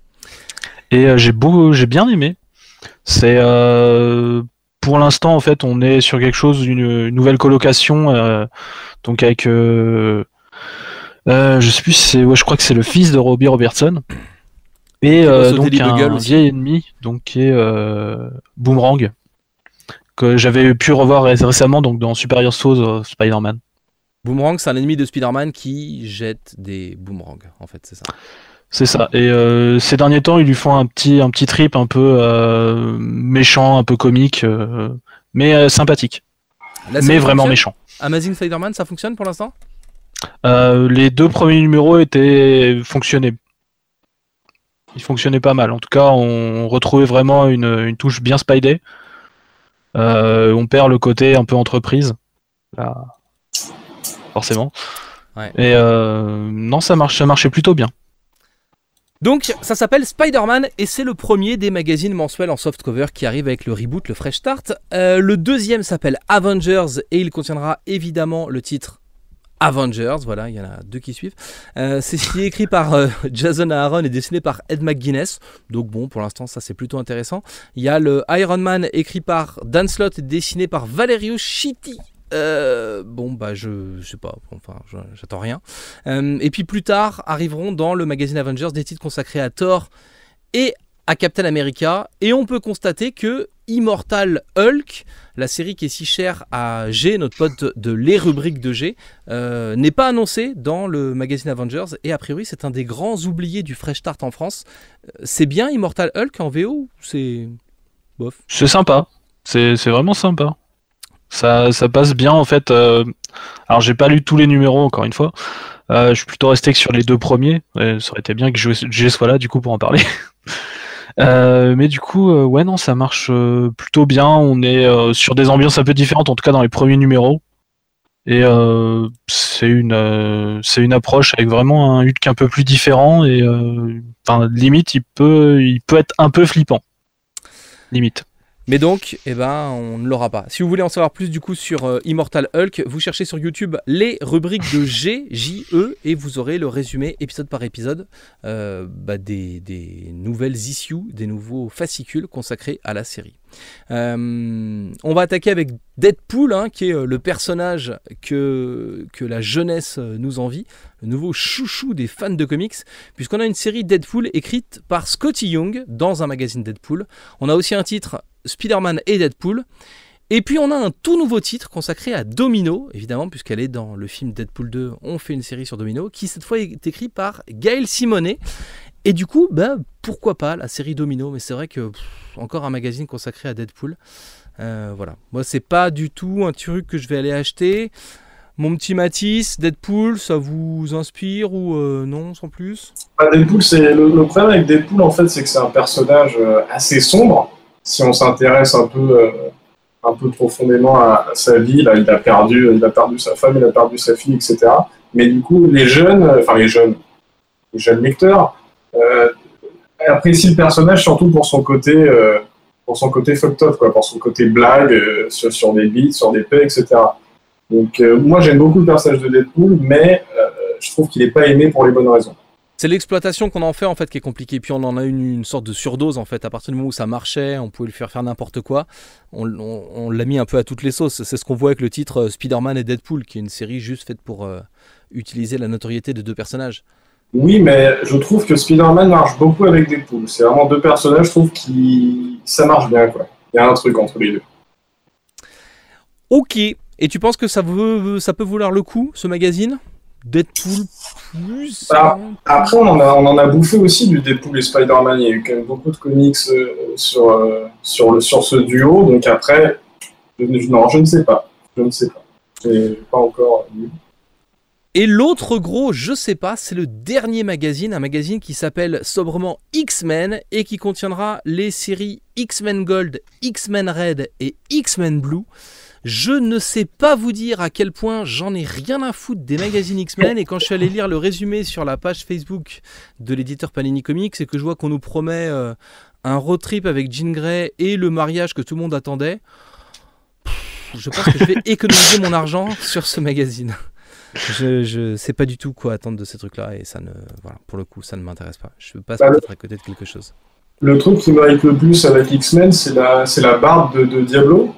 Et euh, j'ai beau, j'ai bien aimé. C'est euh, pour l'instant en fait, on est sur quelque chose, une, une nouvelle colocation, euh, donc avec, euh, euh, je sais plus, si c'est, ouais, je crois que c'est le fils de Robbie Robertson. Et euh, donc un vieil ennemi, donc qui est euh, Boomerang, que j'avais pu revoir ré- récemment donc dans Superior Foes of Spider-Man. Boomerang, c'est un ennemi de Spider-Man qui jette des boomerangs, en fait, c'est ça. C'est ça. Et euh, ces derniers temps, ils lui font un petit, un petit trip un peu euh, méchant, un peu comique, euh, mais euh, sympathique. mais vraiment méchant. Amazing Spider-Man, ça fonctionne pour l'instant ? euh, Les deux premiers numéros étaient fonctionnaient. Ils fonctionnaient pas mal. En tout cas, on retrouvait vraiment une, une touche bien Spidey. Euh, on perd le côté un peu entreprise, là, forcément. Ouais. Et euh, non, ça marche, ça marchait plutôt bien. Donc, ça s'appelle Spider-Man et c'est le premier des magazines mensuels en softcover qui arrive avec le reboot, le Fresh Start. Euh, le deuxième s'appelle Avengers et il contiendra évidemment le titre Avengers. Voilà, il y en a deux qui suivent. Euh, c'est ce qui est écrit par euh, Jason Aaron et dessiné par Ed McGuinness. Donc bon, pour l'instant, ça c'est plutôt intéressant. Il y a le Iron Man écrit par Dan Slott et dessiné par Valerio Schiti. Euh, bon bah je, je sais pas, enfin je, j'attends rien. Euh, et puis plus tard arriveront dans le magazine Avengers des titres consacrés à Thor et à Captain America, et on peut constater que Immortal Hulk, la série qui est si chère à G, notre pote de les rubriques de G, euh, n'est pas annoncée dans le magazine Avengers, et a priori c'est un des grands oubliés du Fresh Start en France. C'est bien Immortal Hulk en V O ou c'est bof ? C'est sympa, c'est, c'est vraiment sympa. Ça, ça passe bien en fait. Euh... Alors j'ai pas lu tous les numéros encore une fois. Euh, je suis plutôt resté que sur les deux premiers. Et ça aurait été bien que G soit là du coup pour en parler. euh, mais du coup, euh, ouais non, ça marche euh, plutôt bien. On est euh, sur des ambiances un peu différentes, en tout cas dans les premiers numéros. Et euh, c'est une, euh, c'est une approche avec vraiment un Hulk un peu plus différent et euh, enfin limite il peut, il peut être un peu flippant. Limite. Mais donc, eh ben, on ne l'aura pas. Si vous voulez en savoir plus du coup sur euh, Immortal Hulk, vous cherchez sur YouTube les rubriques de G, J E, et vous aurez le résumé épisode par épisode euh, bah, des, des nouvelles issues, des nouveaux fascicules consacrés à la série. Euh, on va attaquer avec Deadpool, hein, qui est le personnage que, que la jeunesse nous envie, le nouveau chouchou des fans de comics, puisqu'on a une série Deadpool écrite par Scotty Young dans un magazine Deadpool. On a aussi un titre Spider-Man et Deadpool. Et puis on a un tout nouveau titre consacré à Domino, évidemment, puisqu'elle est dans le film Deadpool deux, on fait une série sur Domino, qui cette fois est écrit par Gail Simonet. Et du coup, bah, pourquoi pas la série Domino, mais c'est vrai que pff, encore un magazine consacré à Deadpool. Euh, voilà, moi c'est pas du tout un truc que je vais aller acheter. Mon petit Mathis, Deadpool, ça vous inspire ou euh, non, sans plus ? Bah, Deadpool, c'est le, le problème avec Deadpool en fait, c'est que c'est un personnage euh, assez sombre. Si on s'intéresse un peu, euh, un peu profondément à, à sa vie, là, il a perdu, il a perdu sa femme, il a perdu sa fille, et cetera. Mais du coup, les jeunes, enfin les jeunes, les jeunes lecteurs euh, apprécient le personnage surtout pour son côté, euh, pour son côté fucked up, quoi, pour son côté blague euh, sur, sur des beats, sur des paix, et cetera. Donc euh, moi j'aime beaucoup le personnage de Deadpool, mais euh, je trouve qu'il n'est pas aimé pour les bonnes raisons. C'est l'exploitation qu'on en fait en fait qui est compliquée. Puis on en a une, une sorte de surdose en fait. À partir du moment où ça marchait, on pouvait le faire faire n'importe quoi. On, on, on l'a mis un peu à toutes les sauces. C'est ce qu'on voit avec le titre Spider-Man et Deadpool, qui est une série juste faite pour euh, utiliser la notoriété de deux personnages. Oui, mais je trouve que Spider-Man marche beaucoup avec Deadpool. C'est vraiment deux personnages, je trouve qui ça marche bien, quoi. Il y a un truc entre les deux. Ok. Et tu penses que ça, veut, ça peut vouloir le coup, ce magazine ? Deadpool plus... Alors, après, on en, a, on en a bouffé aussi du Deadpool et Spider-Man. Il y a eu quand même beaucoup de comics euh, sur, euh, sur, le, sur ce duo. Donc après, je, non, je ne sais pas. Je ne sais pas. Je n'ai pas encore lu. Et l'autre gros, je sais pas, c'est le dernier magazine, un magazine qui s'appelle sobrement X-Men et qui contiendra les séries X-Men Gold, X-Men Red et X-Men Blue. Je ne sais pas vous dire à quel point j'en ai rien à foutre des magazines X-Men, et quand je suis allé lire le résumé sur la page Facebook de l'éditeur Panini Comics et que je vois qu'on nous promet euh, un road trip avec Jean Grey et le mariage que tout le monde attendait, pff, je pense que je vais économiser mon argent sur ce magazine. Je ne sais pas du tout quoi attendre de ces trucs-là, et ça ne, voilà, pour le coup, ça ne m'intéresse pas. Je passe bah, peut-être à côté de quelque chose. Le truc qui m'arrive le plus avec X-Men, c'est la, c'est la barbe de, de Diablo.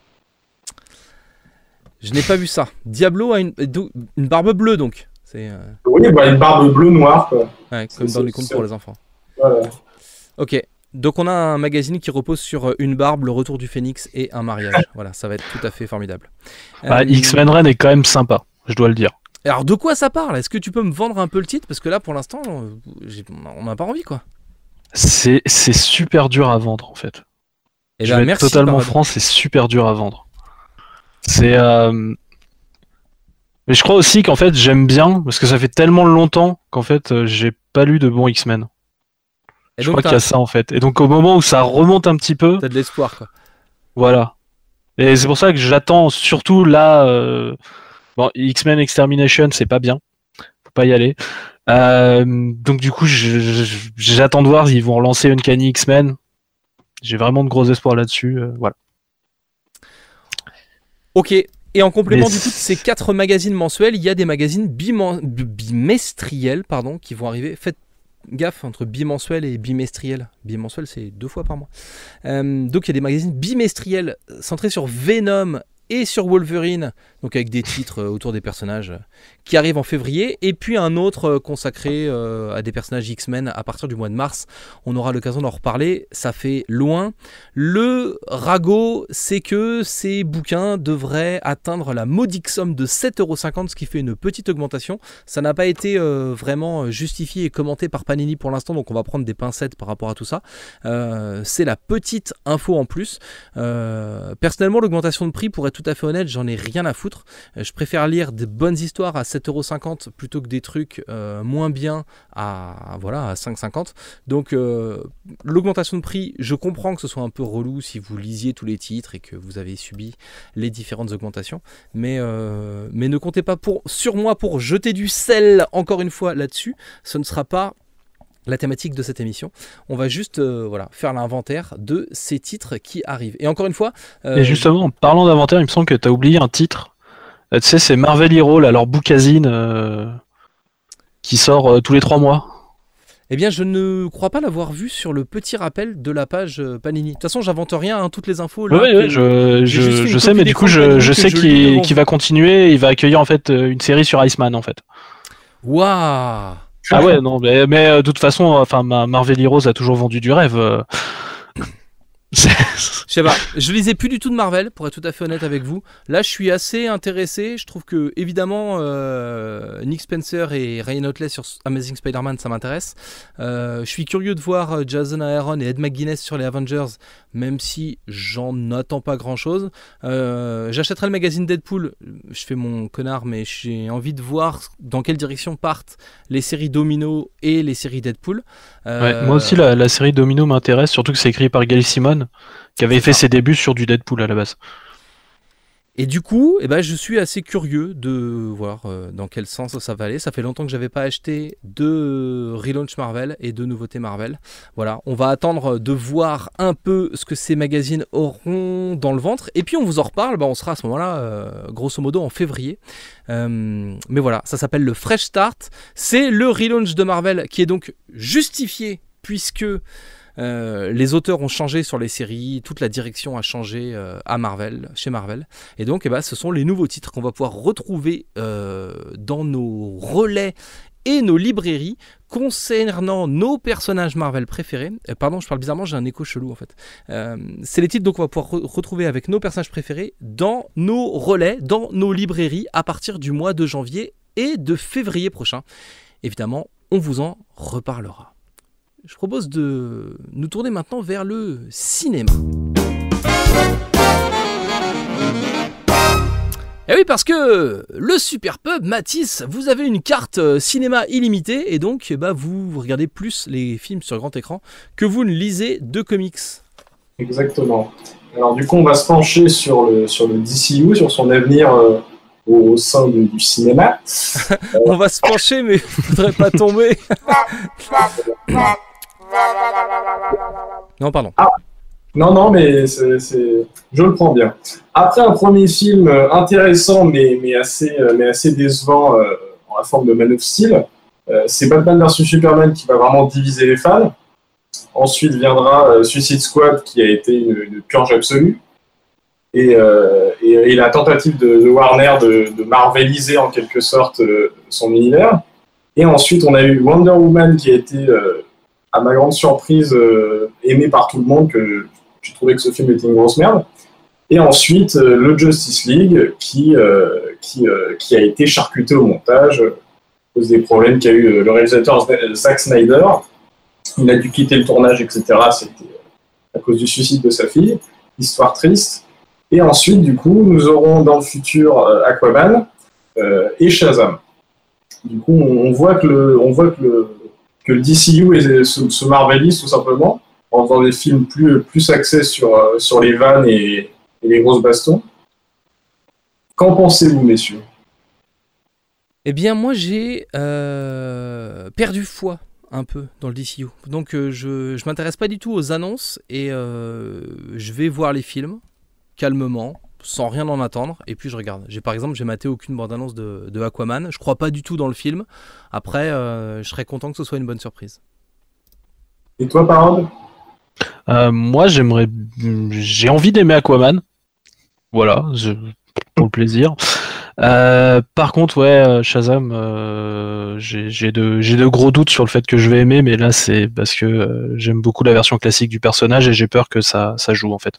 Je n'ai pas vu ça. Diablo a une, une barbe bleue, donc. C'est, euh... Oui, bah, une barbe bleu-noire, quoi. Ouais, comme c'est, dans les contes pour les enfants. Voilà. Ok. Donc on a un magazine qui repose sur une barbe, le retour du phénix et un mariage. Voilà, ça va être tout à fait formidable. Bah, euh... X-Men Red est quand même sympa, je dois le dire. Alors de quoi ça parle ? Est-ce que tu peux me vendre un peu le titre ? Parce que là, pour l'instant, j'ai... on n'a pas envie, quoi. C'est, c'est super dur à vendre, en fait. Et je ben, vais être totalement franc, c'est super dur à vendre. C'est. Euh... Mais je crois aussi qu'en fait j'aime bien parce que ça fait tellement longtemps qu'en fait euh, j'ai pas lu de bons X-Men. Et je crois qu'il y a ça en fait. Et donc au moment où ça remonte un petit peu, t'as de l'espoir quoi. Voilà. Et c'est pour ça que j'attends surtout là. Euh... Bon, X-Men Extermination, c'est pas bien. Faut pas y aller. Euh... Donc du coup, je, je, j'attends de voir s'ils vont relancer Uncanny X-Men. J'ai vraiment de gros espoirs là-dessus. Euh, voilà. Ok. Et en complément Mais du coup de ces quatre magazines mensuels, il y a des magazines bimen... bimestriels pardon, qui vont arriver. Faites gaffe entre bimensuel et bimestriel. Bimensuel, c'est deux fois par mois. Euh, donc il y a des magazines bimestriels centrés sur Venom et sur Wolverine, donc avec des titres autour des personnages qui arrivent en février, et puis un autre consacré euh, à des personnages X-Men à partir du mois de mars. On aura l'occasion d'en reparler, ça fait loin. Le ragot, c'est que ces bouquins devraient atteindre la modique somme de sept euros cinquante, ce qui fait une petite augmentation. Ça n'a pas été euh, vraiment justifié et commenté par Panini pour l'instant, donc on va prendre des pincettes par rapport à tout ça. Euh, c'est la petite info en plus. Euh, personnellement, l'augmentation de prix, pour être tout à fait honnête, j'en ai rien à foutre. Je préfère lire des bonnes histoires à sept euros cinquante plutôt que des trucs euh, moins bien à, voilà, à cinq euros cinquante. Donc euh, l'augmentation de prix, je comprends que ce soit un peu relou si vous lisiez tous les titres et que vous avez subi les différentes augmentations. Mais, euh, mais ne comptez pas pour, sur moi pour jeter du sel encore une fois là-dessus. Ce ne sera pas la thématique de cette émission. On va juste euh, voilà, faire l'inventaire de ces titres qui arrivent. Et encore une fois... Euh, et justement, en parlant d'inventaire, il me semble que tu as oublié un titre. Euh, tu sais, c'est Marvel Hero, là, leur bookazine euh, qui sort euh, tous les trois mois. Eh bien, je ne crois pas l'avoir vu sur le petit rappel de la page Panini. De toute façon, j'invente rien, hein, toutes les infos. Là, oui, oui, je, je, je sais, mais du coup, je, je sais qu'il qu va continuer. Il va accueillir en fait une série sur Iceman, en fait. Waouh! Ah ouais, non, mais, mais euh, de toute façon, enfin, Marvel Heroes a toujours vendu du rêve. Euh... Je sais pas, je lisais plus du tout de Marvel, pour être tout à fait honnête avec vous. Là, je suis assez intéressé. Je trouve que, évidemment, euh, Nick Spencer et Ryan Otley sur Amazing Spider-Man, ça m'intéresse. Euh, je suis curieux de voir Jason Aaron et Ed McGuinness sur les Avengers, même si j'en attends pas grand-chose. Euh, J'achèterai le magazine Deadpool. Je fais mon connard, mais j'ai envie de voir dans quelle direction partent les séries Domino et les séries Deadpool. Euh... Ouais, moi aussi, la, la série Domino m'intéresse, surtout que c'est écrit par Gail Simone, qui avait fait ses débuts sur du Deadpool à la base. Et du coup, eh ben, je suis assez curieux de voir euh, dans quel sens ça va aller. Ça fait longtemps que je n'avais pas acheté de relaunch Marvel et de nouveautés Marvel. Voilà, on va attendre de voir un peu ce que ces magazines auront dans le ventre. Et puis on vous en reparle, bah, on sera à ce moment-là, euh, grosso modo, en février. Euh, mais voilà, ça s'appelle le Fresh Start. C'est le relaunch de Marvel qui est donc justifié puisque... Euh, les auteurs ont changé sur les séries, toute la direction a changé euh, à Marvel, chez Marvel, et donc eh ben, ce sont les nouveaux titres qu'on va pouvoir retrouver euh, dans nos relais et nos librairies concernant nos personnages Marvel préférés. Euh, pardon, je parle bizarrement, j'ai un écho chelou en fait. Euh, c'est les titres donc qu'on va pouvoir re- retrouver avec nos personnages préférés dans nos relais, dans nos librairies à partir du mois de janvier et de février prochain. Évidemment, on vous en reparlera. Je propose de nous tourner maintenant vers le cinéma. Et oui, parce que le Super Pub, Mathis, vous avez une carte cinéma illimitée et donc bah, vous regardez plus les films sur grand écran que vous ne lisez de comics. Exactement. Alors du coup, on va se pencher sur le, sur le D C U, sur son avenir euh, au sein du, du cinéma. euh... On va se pencher, mais il ne faudrait pas tomber. Non, pardon. Ah, non, non, mais c'est, c'est... je le prends bien. Après un premier film intéressant, mais, mais, assez, mais assez décevant euh, en la forme de Man of Steel, euh, c'est Batman versus Superman qui va vraiment diviser les fans. Ensuite viendra euh, Suicide Squad qui a été une, une purge absolue. Et, euh, et, et la tentative de, de Warner de, de marveliser en quelque sorte euh, son univers. Et ensuite, on a eu Wonder Woman qui a été... Euh, à ma grande surprise, euh, aimé par tout le monde, que j'ai trouvé que ce film était une grosse merde. Et ensuite, euh, le Justice League, qui, euh, qui, euh, qui a été charcuté au montage, à cause des problèmes qu'a eu euh, le réalisateur Zack Snyder. Il a dû quitter le tournage, et cetera. C'était à cause du suicide de sa fille. Histoire triste. Et ensuite, du coup, nous aurons dans le futur euh, Aquaman euh, et Shazam. Du coup, on, on voit que le, on voit que le, que le D C U est, se, se marvelise tout simplement en faisant des films plus, plus axés sur, euh, sur les vannes et, et les grosses bastons. Qu'en pensez-vous, messieurs? Eh bien, moi, j'ai euh, perdu foi un peu dans le D C U. Donc, euh, je je m'intéresse pas du tout aux annonces et euh, je vais voir les films calmement, sans rien en attendre, et puis je regarde. J'ai par exemple, j'ai maté aucune bande-annonce de, de Aquaman. Je crois pas du tout dans le film. Après, euh, je serais content que ce soit une bonne surprise. Et toi, Parole? Euh, moi, j'aimerais, j'ai envie d'aimer Aquaman. Voilà, je... pour le plaisir. Euh, par contre, ouais, Shazam, euh, j'ai, j'ai de, j'ai de gros doutes sur le fait que je vais aimer, mais là, c'est parce que euh, j'aime beaucoup la version classique du personnage et j'ai peur que ça, ça joue en fait.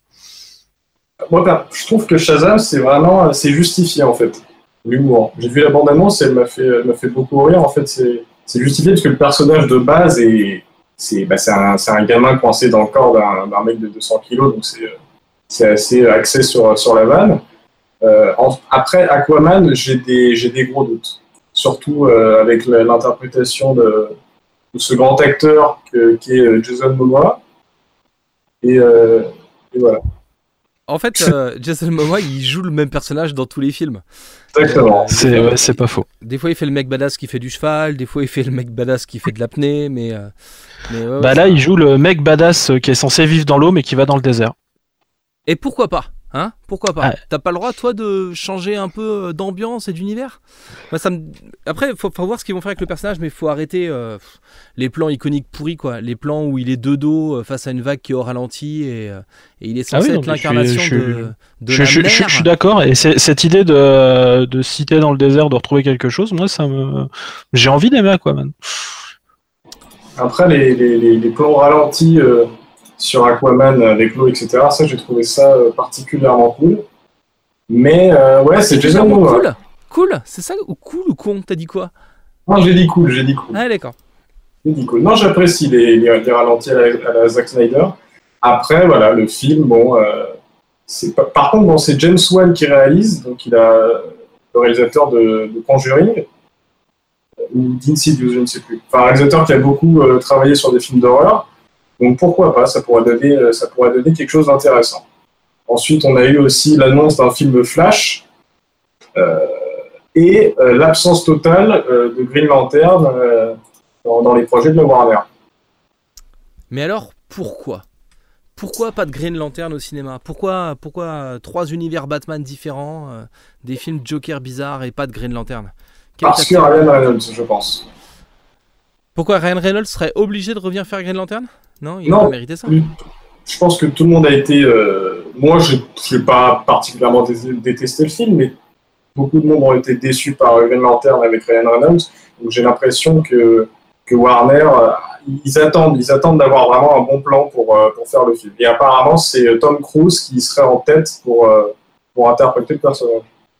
Moi, je trouve que Shazam, c'est vraiment, c'est justifié en fait, l'humour. J'ai vu la bande-annonce et elle m'a fait, elle m'a fait beaucoup rire. En fait, c'est, c'est justifié parce que le personnage de base est, c'est, bah, c'est un, c'est un gamin coincé dans le corps d'un, d'un mec de deux cents kilos, donc c'est, c'est assez axé sur, sur la vanne. Euh, en, après Aquaman, j'ai des, j'ai des gros doutes, surtout euh, avec la, l'interprétation de, de ce grand acteur que, qui est Jason Momoa. Et, euh, et voilà. En fait, euh, Jason Momoa, il joue le même personnage dans tous les films. Exactement. Euh, c'est, ouais, c'est pas faux. Des fois, il fait le mec badass qui fait du cheval, des fois, il fait le mec badass qui fait de l'apnée, mais... Euh, mais ouais, bah ouais, là, ça... il joue le mec badass qui est censé vivre dans l'eau, mais qui va dans le désert. Et pourquoi pas? Hein, pourquoi pas? Ah. T'as pas le droit, toi, de changer un peu d'ambiance et d'univers? Moi, ça me... Après, il faut, faut voir ce qu'ils vont faire avec le personnage, mais il faut arrêter euh, les plans iconiques pourris, quoi. Les plans où il est de dos euh, face à une vague qui est au ralenti et, euh, et il est censé ah oui, être l'incarnation je suis, je, de, de je, la je, mer. Je, je suis d'accord, et c'est, cette idée de, de citer dans le désert, de retrouver quelque chose, moi, ça me... j'ai envie d'aimer Aquaman. Après, les, les, les, les plans ralentis... Euh... sur Aquaman avec l'eau, et cetera. Ça, j'ai trouvé ça euh, particulièrement cool. Mais euh, ouais, c'est Jason Momoa. Cool, cool, c'est ça ou cool ou con? T'as dit quoi? Non, j'ai dit cool, j'ai dit cool. Ah d'accord. J'ai dit cool. Non, j'apprécie les, les, les ralentis à la, à la Zack Snyder. Après, voilà, le film, bon, euh, c'est pas... par contre, bon, c'est James Wan qui réalise, donc il a le réalisateur de, de Conjuring ou d'Insidious, je ne sais plus. Enfin, un réalisateur qui a beaucoup euh, travaillé sur des films d'horreur. Donc pourquoi pas, ça pourrait donner, ça pourrait donner quelque chose d'intéressant. Ensuite, on a eu aussi l'annonce d'un film Flash euh, et euh, l'absence totale euh, de Green Lantern euh, dans, dans les projets de la Warner. Mais alors, pourquoi? Pourquoi pas de Green Lantern au cinéma? Pourquoi, pourquoi trois univers Batman différents, euh, des films Joker bizarres et pas de Green Lantern? Quel Parce que Ryan Reynolds, je pense. Pourquoi Ryan Reynolds serait obligé de revenir faire Green Lantern? Non, il non, pas mérité ça. Je pense que tout le monde a été... Euh, moi, je n'ai pas particulièrement détesté le film, mais beaucoup de monde ont été déçus par Green Lantern avec Ryan Reynolds. Donc j'ai l'impression que, que Warner, euh, ils attendent, ils attendent d'avoir vraiment un bon plan pour, euh, pour faire le film. Et apparemment, c'est Tom Cruise qui serait en tête pour, euh, pour interpréter le personnage.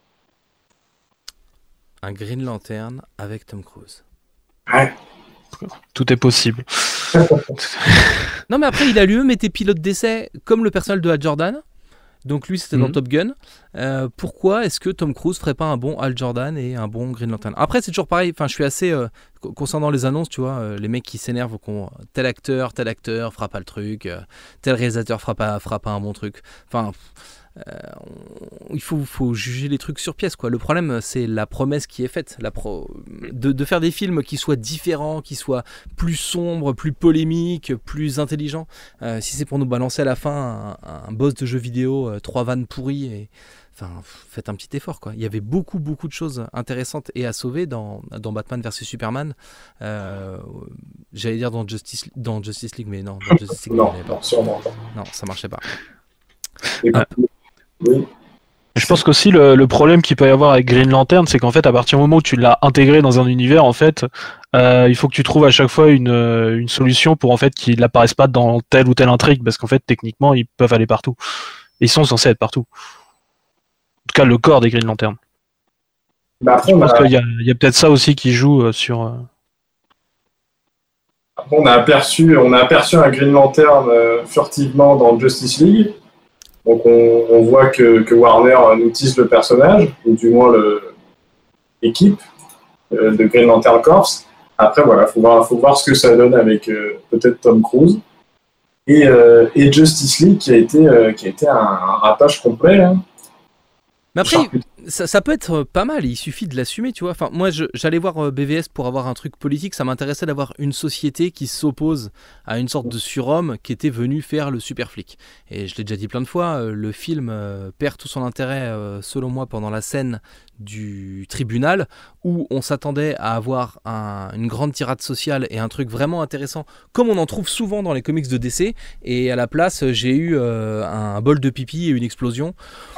Un Green Lantern avec Tom Cruise. Ouais. Tout est possible. Non mais après il a lui-même été pilote d'essai comme le personnage de Hal Jordan. Donc lui c'était dans mmh. Top Gun. Euh, pourquoi est-ce que Tom Cruise ferait pas un bon Hal Jordan et un bon Green Lantern? Après c'est toujours pareil, enfin je suis assez euh, concernant les annonces, tu vois, euh, les mecs qui s'énervent qu'on tel acteur, tel acteur fera pas le truc, euh, tel réalisateur fera pas fera pas un bon truc. Enfin Euh, on, il faut, faut juger les trucs sur pièce, quoi. Le problème, c'est la promesse qui est faite, la pro, de, de faire des films qui soient différents, qui soient plus sombres, plus polémiques, plus intelligents. Euh, si c'est pour nous balancer à la fin un, un boss de jeu vidéo, euh, trois vannes pourries, et, enfin, faites un petit effort, quoi. Il y avait beaucoup, beaucoup de choses intéressantes et à sauver dans, dans Batman versus Superman. Euh, j'allais dire dans Justice, dans Justice League, mais non, dans Justice League, non, pas. non, sûrement pas. Non, ça marchait pas. Et ah. Oui. Je pense qu'aussi le, le problème qu'il peut y avoir avec Green Lantern, c'est qu'en fait, à partir du moment où tu l'as intégré dans un univers, en fait, euh, il faut que tu trouves à chaque fois une, une solution pour en fait qu'il n'apparaisse pas dans telle ou telle intrigue, parce qu'en fait, techniquement, ils peuvent aller partout. Et ils sont censés être partout. En tout cas, le corps des Green Lantern. Bah après, Je pense a... qu'il y a, il y a peut-être ça aussi qui joue sur. Euh... Après, on a aperçu, on a aperçu un Green Lantern euh, furtivement dans Justice League. Donc on, on voit que, que Warner nous tease le personnage, ou du moins le, l'équipe euh, de Green Lantern Corps. Après, voilà, il faut voir, faut voir ce que ça donne avec euh, peut-être Tom Cruise. Et, euh, et Justice League qui a été, euh, qui a été un, un ratage complet. Hein. Mais après, ça, ça peut être pas mal, il suffit de l'assumer, tu vois. Enfin, moi, je, j'allais voir B V S pour avoir un truc politique, ça m'intéressait d'avoir une société qui s'oppose à une sorte de surhomme qui était venu faire le super flic. Et je l'ai déjà dit plein de fois, le film perd tout son intérêt, selon moi, pendant la scène du tribunal, où on s'attendait à avoir un, une grande tirade sociale et un truc vraiment intéressant, comme on en trouve souvent dans les comics de D C, et à la place, j'ai eu euh, un bol de pipi et une explosion.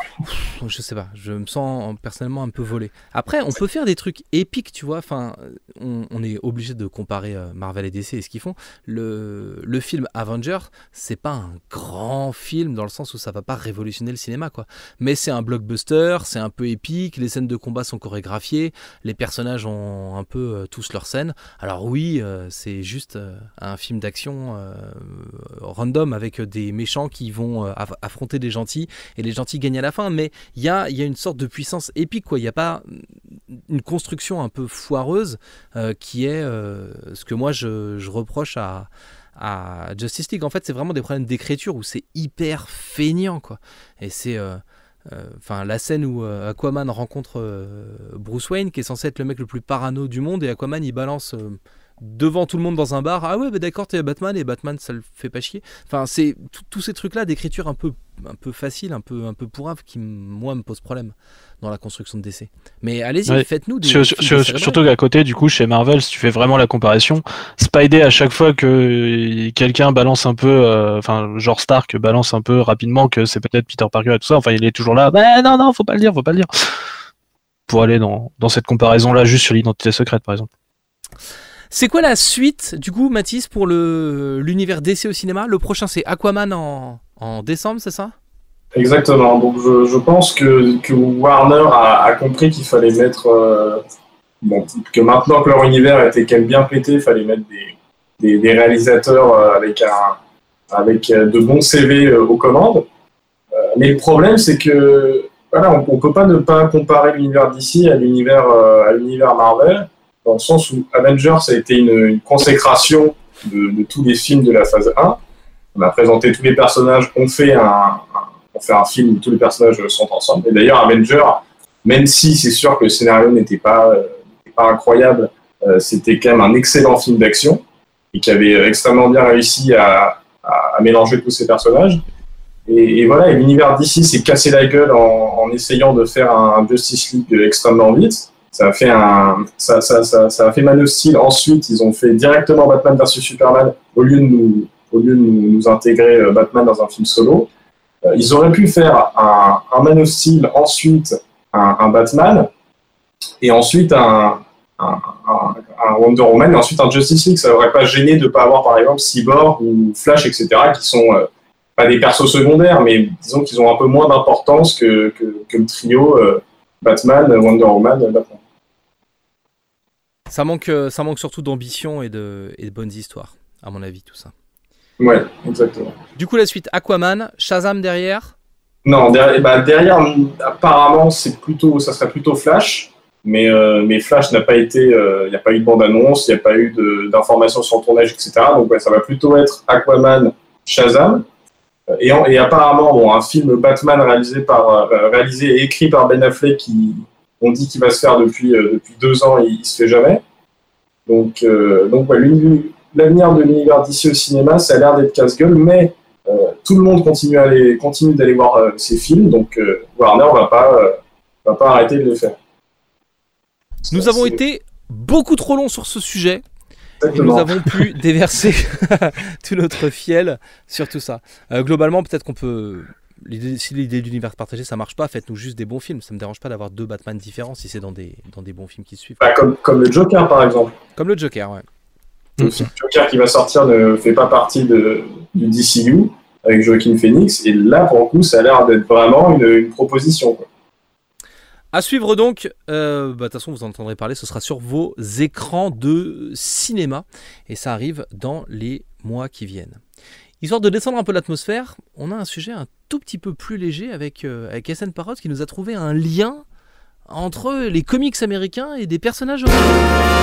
Je sais pas, je me sens personnellement un peu volé. Après, on peut faire des trucs épiques, tu vois. Enfin, on, on est obligé de comparer Marvel et D C et ce qu'ils font. Le, le film Avengers, c'est pas un grand film dans le sens où ça va pas révolutionner le cinéma, quoi. Mais c'est un blockbuster, c'est un peu épique. Les scènes de combat sont chorégraphiées, les personnages ont un peu euh, tous leurs scènes. Alors oui, euh, c'est juste euh, un film d'action euh, random avec des méchants qui vont euh, aff- affronter des gentils et les gentils gagnent à la fin. Mais il y a, y a une sorte de puissance épique, quoi. Il n'y a pas une construction un peu foireuse euh, qui est euh, ce que moi je, je reproche à, à Justice League. En fait, c'est vraiment des problèmes d'écriture où c'est hyper feignant, quoi. Et c'est enfin euh, la scène où euh, Aquaman rencontre euh, Bruce Wayne, qui est censé être le mec le plus parano du monde, et Aquaman il balance euh, devant tout le monde dans un bar, ah ouais bah d'accord t'es Batman, et Batman ça le fait pas chier. Enfin c'est tous ces trucs là d'écriture un peu un peu facile, un peu un peu pourrave qui moi me pose problème dans la construction de D C. Mais allez-y, ouais. Faites-nous des, sur, sur, surtout qu'à côté du coup chez Marvel, si tu fais vraiment la comparaison, Spidey à chaque fois que quelqu'un balance un peu enfin euh, genre Stark balance un peu rapidement que c'est peut-être Peter Parker et tout ça, enfin il est toujours là, bah non non faut pas le dire faut pas le dire pour aller dans dans cette comparaison là juste sur l'identité secrète par exemple. C'est quoi la suite, du coup, Mathis, pour le, l'univers D C au cinéma ? Le prochain, c'est Aquaman en, en décembre, c'est ça ? Exactement. Donc, je, je pense que, que Warner a, a compris qu'il fallait mettre... Euh, bon, que maintenant que leur univers était quand même bien pété, il fallait mettre des, des, des réalisateurs avec, un, avec de bons C V aux commandes. Euh, mais le problème, c'est que voilà, on ne peut pas ne pas comparer l'univers D C à l'univers, à l'univers Marvel, dans le sens où Avengers a été une, une consécration de, de tous les films de la phase un. On a présenté tous les personnages, on fait un, un, on fait un film où tous les personnages sont ensemble. Et d'ailleurs, Avengers, même si c'est sûr que le scénario n'était pas, euh, pas incroyable, euh, c'était quand même un excellent film d'action et qui avait extrêmement bien réussi à, à, à mélanger tous ces personnages. Et, et voilà, et l'univers D C s'est cassé la gueule en, en essayant de faire un Justice League extrêmement vite. Ça a fait un, ça, ça, ça, ça a fait Man of Steel. Ensuite, ils ont fait directement Batman versus Superman au lieu de nous, au lieu de nous, nous intégrer Batman dans un film solo. Euh, ils auraient pu faire un, un Man of Steel, ensuite un, un Batman, et ensuite un, un, un, un Wonder Woman, et ensuite un Justice League. Ça n'aurait pas gêné de ne pas avoir, par exemple, Cyborg ou Flash, et cetera, qui sont euh, pas des persos secondaires, mais disons qu'ils ont un peu moins d'importance que, que, que le trio euh, Batman, Wonder Woman, Batman. Ça manque, ça manque surtout d'ambition et de, et de bonnes histoires, à mon avis, tout ça. Ouais, exactement. Du coup, la suite, Aquaman, Shazam derrière ? Non, derrière, bah, derrière apparemment, c'est plutôt, ça serait plutôt Flash, mais, euh, mais Flash n'a pas été, il euh, n'y a pas eu de bande-annonce, il n'y a pas eu de, d'informations sur le tournage, et cetera. Donc ouais, ça va plutôt être Aquaman, Shazam. Et, et apparemment, bon, un film Batman réalisé, par, euh, réalisé et écrit par Ben Affleck qui... On dit qu'il va se faire depuis, euh, depuis deux ans et il ne se fait jamais. Donc, euh, donc ouais, l'avenir de l'univers D C au cinéma, ça a l'air d'être casse-gueule, mais euh, tout le monde continue, à aller, continue d'aller voir euh, ces films, donc euh, Warner ne va pas, euh, va pas arrêter de le faire. Nous ça, avons c'est... été beaucoup trop longs sur ce sujet. Exactement. Et nous avons pu déverser tout notre fiel sur tout ça. Euh, globalement, peut-être qu'on peut... L'idée, si l'idée d'univers partagé ça marche pas, faites-nous juste des bons films. Ça me dérange pas d'avoir deux Batman différents si c'est dans des, dans des bons films qui suivent. Bah, comme, comme le Joker par exemple. Comme le Joker, ouais. Le mmh. Joker qui va sortir ne fait pas partie de, du D C U avec Joaquin Phoenix, et là pour le coup ça a l'air d'être vraiment une, une proposition, quoi. À suivre donc, euh, bah, de toute façon vous en entendrez parler, ce sera sur vos écrans de cinéma et ça arrive dans les mois qui viennent. Histoire de descendre un peu l'atmosphère, on a un sujet un tout petit peu plus léger avec, euh, avec S N Parrot qui nous a trouvé un lien entre les comics américains et des personnages européens.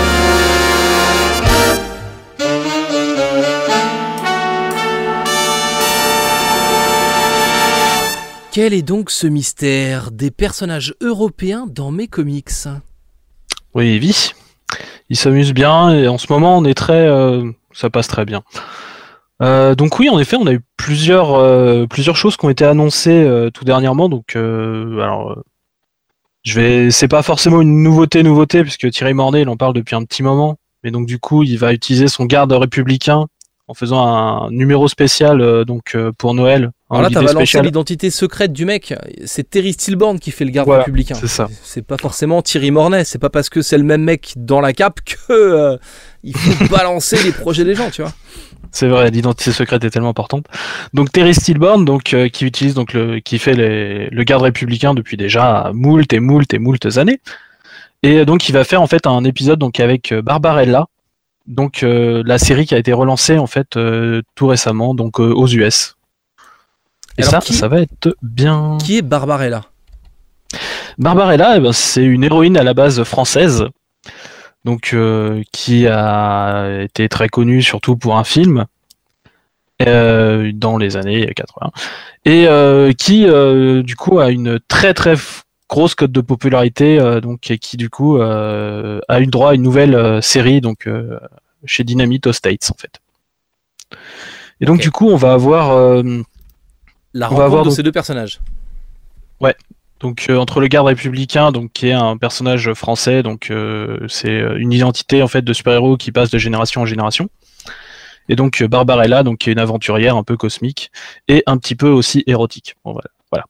Quel est donc ce mystère des personnages européens dans mes comics ? Oui, Evie, il s'amuse bien et en ce moment on est très, euh, ça passe très bien. Euh, donc oui, en effet, on a eu plusieurs, euh, plusieurs choses qui ont été annoncées euh, tout dernièrement. Donc, euh, alors, euh, je vais, c'est pas forcément une nouveauté, nouveauté, puisque Thierry Mornay, il en parle depuis un petit moment. Mais donc du coup, il va utiliser son garde républicain en faisant un numéro spécial euh, donc euh, pour Noël. Alors là, t'as balancé l'identité secrète du mec. C'est Terry Stillborn qui fait le garde voilà, républicain. C'est ça. C'est pas forcément Thierry Mornay. C'est pas parce que c'est le même mec dans la cape que euh, il faut balancer les projets des gens, tu vois. C'est vrai, l'identité secrète est tellement importante. Donc Terry Stillborn, donc euh, qui utilise donc le, qui fait les, le garde républicain depuis déjà moult et moult et moult années. Et donc il va faire en fait un épisode donc avec Barbarella, donc euh, la série qui a été relancée en fait euh, tout récemment donc euh, aux U S. Et alors, ça, qui, ça va être bien. Qui est Barbarella ? Barbarella, eh ben, c'est une héroïne à la base française. Donc euh, qui a été très connu surtout pour un film euh, dans les années quatre-vingts et euh, qui euh, du coup a une très très grosse cote de popularité euh, donc et qui du coup euh, a eu droit à une nouvelle euh, série donc euh, chez Dynamite aux States en fait. Et donc okay. Du coup on va avoir euh, la rencontre on va avoir, de donc... ces deux personnages. Ouais. Donc euh, entre le garde républicain, donc qui est un personnage français, donc euh, c'est une identité en fait de super-héros qui passe de génération en génération. Et donc euh, Barbarella, donc qui est une aventurière un peu cosmique et un petit peu aussi érotique. Bon, voilà. voilà.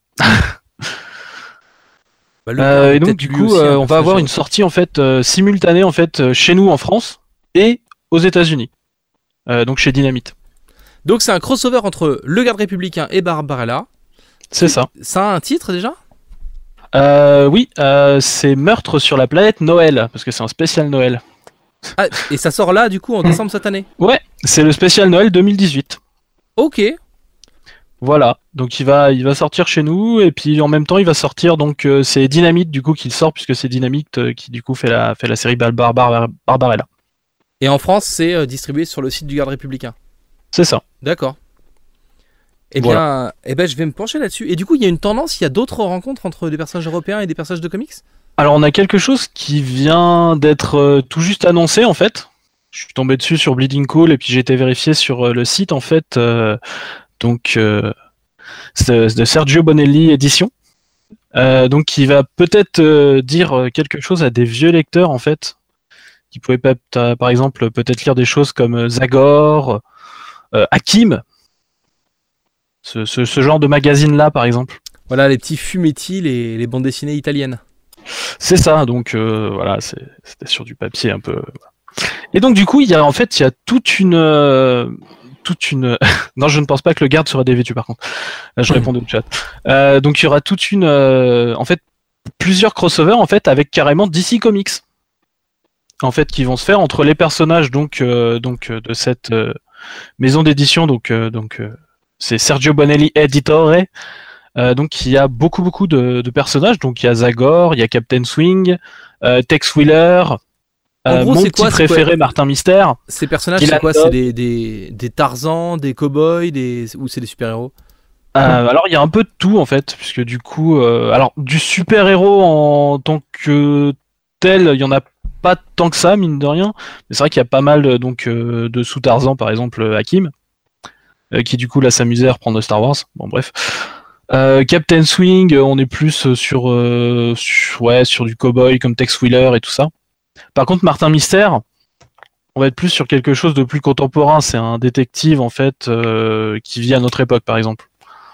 bah, euh, et donc du coup, euh, on va avoir une sortie en fait euh, simultanée en fait chez nous en France et aux États-Unis. Euh, donc chez Dynamite. Donc c'est un crossover entre le garde républicain et Barbarella. C'est ça. Ça a un titre déjà ? Euh, oui, euh, c'est Meurtre sur la planète Noël, parce que c'est un spécial Noël. Ah, et ça sort là, du coup, en décembre cette année ? Ouais, c'est le spécial Noël deux mille dix-huit. Ok. Voilà, donc il va, il va sortir chez nous, et puis en même temps, il va sortir, donc euh, c'est Dynamite, du coup, qui le sort, puisque c'est Dynamite euh, qui, du coup, fait la, fait la série Barbar, Barbar, Barbarella. Et en France, c'est euh, distribué sur le site du Garde républicain ? C'est ça. D'accord. Eh bien, voilà. eh ben, je vais me pencher là-dessus. Et du coup, il y a une tendance, il y a d'autres rencontres entre des personnages européens et des personnages de comics ? Alors, on a quelque chose qui vient d'être euh, tout juste annoncé, en fait. Je suis tombé dessus sur Bleeding Cool, et puis j'ai été vérifié sur euh, le site, en fait. Euh, donc, euh, c'est de Sergio Bonelli Édition. Euh, donc, qui va peut-être euh, dire quelque chose à des vieux lecteurs, en fait, qui pouvaient, par exemple, peut-être lire des choses comme Zagor, euh, Hakim. Ce, ce, ce genre de magazine-là, par exemple. Voilà, les petits fumetti, les, les bandes dessinées italiennes. C'est ça, donc euh, voilà, c'est, c'était sur du papier un peu. Et donc du coup, il y a en fait, il y a toute une, euh, toute une. non, je ne pense pas que le garde sera dévêtu, par contre. Là, je réponds au chat. Euh, donc il y aura toute une, euh, en fait, plusieurs crossovers en fait avec carrément D C Comics, en fait, qui vont se faire entre les personnages donc, euh, donc de cette euh, maison d'édition, donc, euh, donc. Euh, c'est Sergio Bonelli Editore, euh, donc il y a beaucoup beaucoup de, de personnages, donc il y a Zagor, il y a Captain Swing, euh, Tex Wheeler, euh, gros, mon petit quoi, préféré Martin Mystère. Ces personnages c'est quoi ? C'est des, des, des Tarzans, des cowboys, des... ou c'est des super-héros ? euh, Alors il y a un peu de tout en fait, puisque du coup, euh, alors du super-héros en tant que tel, il y en a pas tant que ça, mine de rien, mais c'est vrai qu'il y a pas mal donc, euh, de sous Tarzan, par exemple Hakim. Qui du coup là s'amusait à reprendre Star Wars. Bon bref. Euh, Captain Swing, on est plus sur, euh, sur, ouais, sur du cowboy comme Tex Wheeler et tout ça. Par contre Martin Mystère, on va être plus sur quelque chose de plus contemporain. C'est un détective en fait euh, qui vit à notre époque par exemple.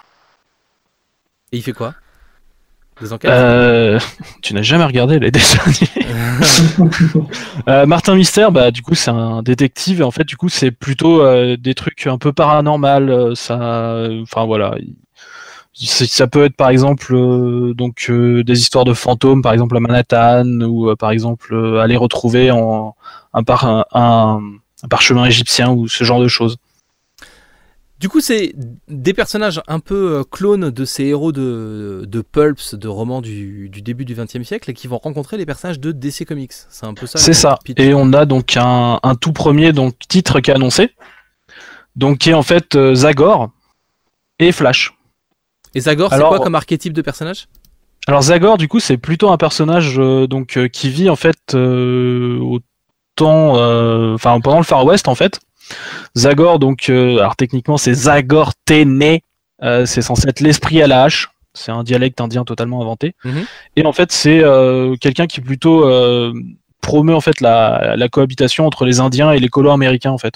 Et il fait quoi ? Des enquêtes ? euh, Tu n'as jamais regardé les dessins animés. euh, Martin Mystère, bah du coup c'est un détective et en fait du coup c'est plutôt euh, des trucs un peu paranormal. Euh, ça, enfin voilà, ça peut être par exemple euh, donc euh, des histoires de fantômes, par exemple à Manhattan ou euh, par exemple euh, aller retrouver en, un, par, un, un, un parchemin égyptien ou ce genre de choses. Du coup, c'est des personnages un peu clones de ces héros de, de pulps, de romans du, du début du vingtième siècle, et qui vont rencontrer les personnages de D C Comics. C'est un peu ça. C'est ça. Pitch. Et on a donc un, un tout premier donc, titre qui est annoncé, donc qui est en fait euh, Zagor et Flash. Et Zagor, c'est Alors, quoi comme archétype de personnage ? Alors Zagor, du coup, c'est plutôt un personnage euh, donc euh, qui vit en fait euh, au temps, enfin euh, pendant le Far West en fait. Zagor, donc, euh, alors techniquement c'est Zagor Téné, euh, c'est censé être l'esprit à la hache. C'est un dialecte indien totalement inventé. Mm-hmm. Et en fait, c'est euh, quelqu'un qui plutôt euh, promeut en fait la, la cohabitation entre les Indiens et les colons américains en fait.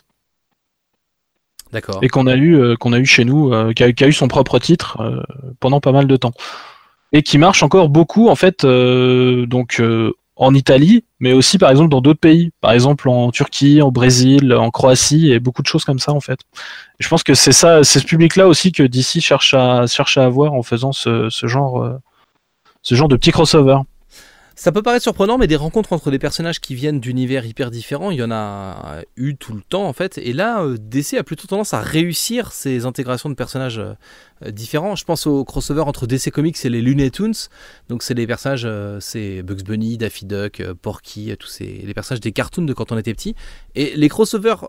D'accord. Et qu'on a eu, euh, qu'on a eu chez nous, euh, qui, a, qui a eu son propre titre euh, pendant pas mal de temps. Et qui marche encore beaucoup en fait, euh, donc euh, en Italie, mais aussi par exemple dans d'autres pays, par exemple en Turquie, en Brésil, en Croatie, et beaucoup de choses comme ça en fait. Et je pense que c'est ça, c'est ce public-là aussi que D C cherche à cherche à avoir en faisant ce, ce genre, euh, ce genre de petit crossover. Ça peut paraître surprenant, mais des rencontres entre des personnages qui viennent d'univers hyper différents, il y en a eu tout le temps en fait. Et là, euh, D C a plutôt tendance à réussir ces intégrations de personnages euh, différents. Je pense au crossover entre D C Comics et les Looney Tunes. Donc c'est les personnages, euh, c'est Bugs Bunny, Daffy Duck, euh, Porky, euh, tous ces les personnages des cartoons de quand on était petit. Et les crossovers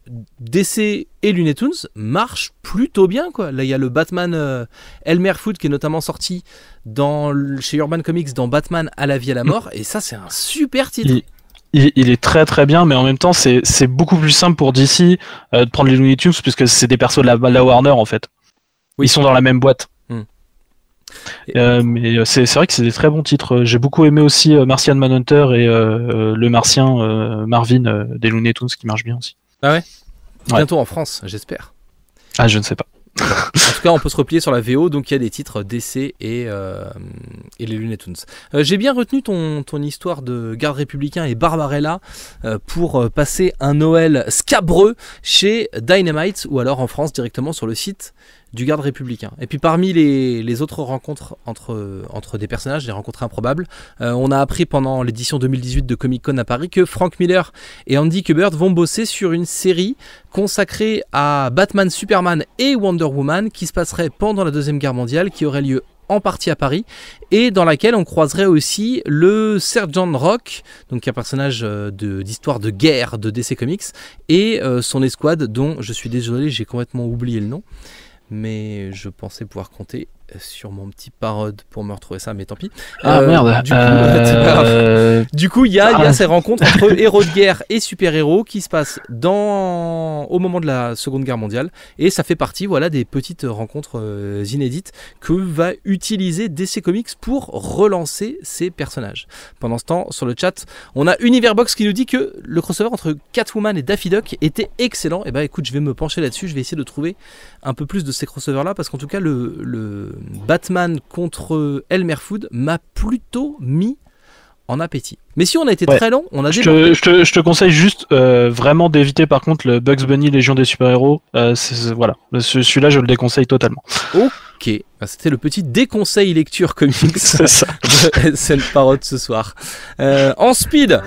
D C et Looney Tunes marchent plutôt bien quoi. Là il y a le Batman euh, Elmer Fudd qui est notamment sorti dans, chez Urban Comics dans Batman à la vie à la mort, et ça c'est un super titre. Il, il, il est très très bien, mais en même temps c'est, c'est beaucoup plus simple pour D C euh, de prendre les Looney Tunes puisque c'est des persos de la, la Warner en fait. Oui. Ils sont dans la même boîte. Hmm. Euh, mais c'est, c'est vrai que c'est des très bons titres. J'ai beaucoup aimé aussi euh, Martian Manhunter et euh, le Martien euh, Marvin euh, des Looney Tunes qui marche bien aussi. Ah ouais ? Bientôt ouais. En France, j'espère. Ah, je ne sais pas. En tout cas, on peut se replier sur la V O, donc il y a des titres D C et, euh, et les Looney Tunes. Euh, j'ai bien retenu ton, ton histoire de garde républicain et Barbarella euh, pour passer un Noël scabreux chez Dynamite, ou alors en France directement sur le site du garde républicain. Et puis parmi les, les autres rencontres entre, entre des personnages, des rencontres improbables, euh, on a appris pendant l'édition deux mille dix-huit de Comic Con à Paris que Frank Miller et Andy Kubert vont bosser sur une série consacrée à Batman, Superman et Wonder Woman qui se passerait pendant la Deuxième Guerre mondiale, qui aurait lieu en partie à Paris, et dans laquelle on croiserait aussi le Sergeant Rock, donc un personnage de, d'histoire de guerre de D C Comics, et euh, son escouade dont je suis désolé, j'ai complètement oublié le nom, mais je pensais pouvoir compter sur mon petit parode pour me retrouver ça, mais tant pis. Ah euh, merde. Du coup, euh... du coup, il y a, ah. y a ces rencontres entre héros de guerre et super-héros qui se passent dans, au moment de la Seconde Guerre mondiale, et ça fait partie, voilà, des petites rencontres euh, inédites que va utiliser D C Comics pour relancer ces personnages. Pendant ce temps, sur le chat, on a Univerbox qui nous dit que le crossover entre Catwoman et Daffy Duck était excellent. Et bah écoute, je vais me pencher là-dessus, je vais essayer de trouver un peu plus de ces crossovers-là, parce qu'en tout cas, le, le Batman contre Elmer Fudd m'a plutôt mis en appétit. Mais si on a été ouais. très long, on a je te, je, te, je te conseille juste euh, vraiment d'éviter par contre le Bugs Bunny Légion des super-héros. Euh, c'est, c'est, voilà, celui-là je le déconseille totalement. Ok, c'était le petit déconseil lecture comics. C'est ça. C'est le parode ce soir. Euh, en speed.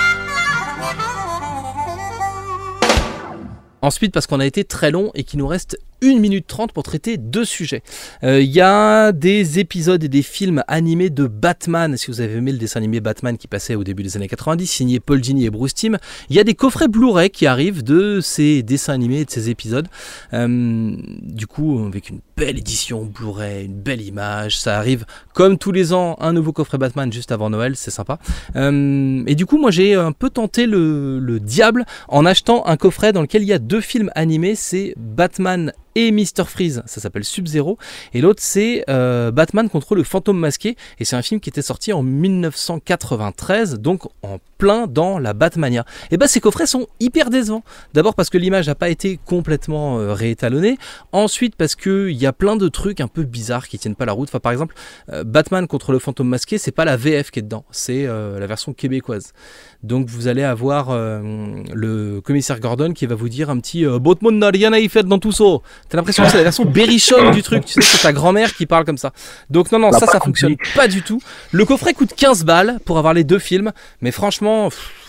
En speed parce qu'on a été très long et qu'il nous reste une minute trente pour traiter deux sujets. Il euh, y a des épisodes et des films animés de Batman. Si vous avez aimé le dessin animé Batman qui passait au début des années quatre-vingt-dix, signé Paul Dini et Bruce Timm, il y a des coffrets Blu-ray qui arrivent de ces dessins animés et de ces épisodes. Euh, du coup, avec une belle édition Blu-ray, une belle image, ça arrive comme tous les ans, un nouveau coffret Batman juste avant Noël, c'est sympa. Euh, et du coup, moi j'ai un peu tenté le, le diable en achetant un coffret dans lequel il y a deux films animés, c'est Batman et mister Freeze, ça s'appelle Sub-Zero, et l'autre c'est euh, Batman contre le fantôme masqué, et c'est un film qui était sorti en dix-neuf cent quatre-vingt-treize, donc en plein dans la Batmania. Et bah ces coffrets sont hyper décevants, d'abord parce que l'image n'a pas été complètement euh, réétalonnée, ensuite parce qu'il y a plein de trucs un peu bizarres qui tiennent pas la route, enfin par exemple euh, Batman contre le fantôme masqué, c'est pas la V F qui est dedans, c'est euh, la version québécoise. Donc vous allez avoir euh, le commissaire Gordon qui va vous dire un petit euh, « Batman n'a rien à y faire dans tout ça ». T'as l'impression que c'est la version berrichonne du truc, tu sais que c'est ta grand-mère qui parle comme ça. Donc non, non, ça, ça fonctionne pas du tout. Le coffret coûte quinze balles pour avoir les deux films, mais franchement, pff,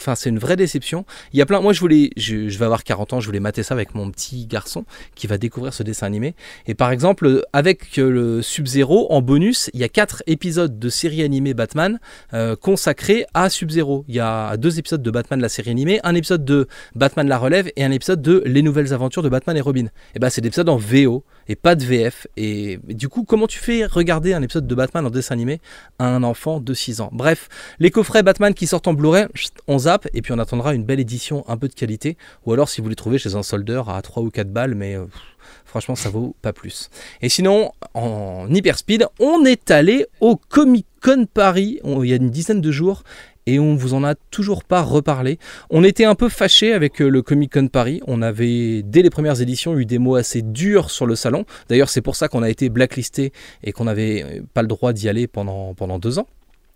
enfin c'est une vraie déception. Il y a plein, moi je voulais, je, je vais avoir quarante ans, je voulais mater ça avec mon petit garçon qui va découvrir ce dessin animé. Et par exemple, avec le Sub-Zero en bonus, il y a quatre épisodes de série animée Batman euh, consacrés à Sub-Zero. Il y a deux épisodes de Batman la série animée, un épisode de Batman la relève et un épisode de Les Nouvelles Aventures de Batman et Robin. Et ben c'est des épisodes en V O et pas de V F. Et, et du coup, comment tu fais regarder un épisode de Batman en dessin animé à un enfant de six ans? Bref, les coffrets Batman qui sortent en Blu-ray, on zappe et puis on attendra une belle édition un peu de qualité. Ou alors si vous les trouvez chez un soldeur à trois ou quatre balles, mais euh, franchement ça vaut pas plus. Et sinon, en hyperspeed, on est allé au Comic Con Paris on, il y a une dizaine de jours. Et on vous en a toujours pas reparlé. On était un peu fâchés avec le Comic Con Paris. On avait, dès les premières éditions, eu des mots assez durs sur le salon. D'ailleurs, c'est pour ça qu'on a été blacklisté et qu'on n'avait pas le droit d'y aller pendant, pendant deux ans.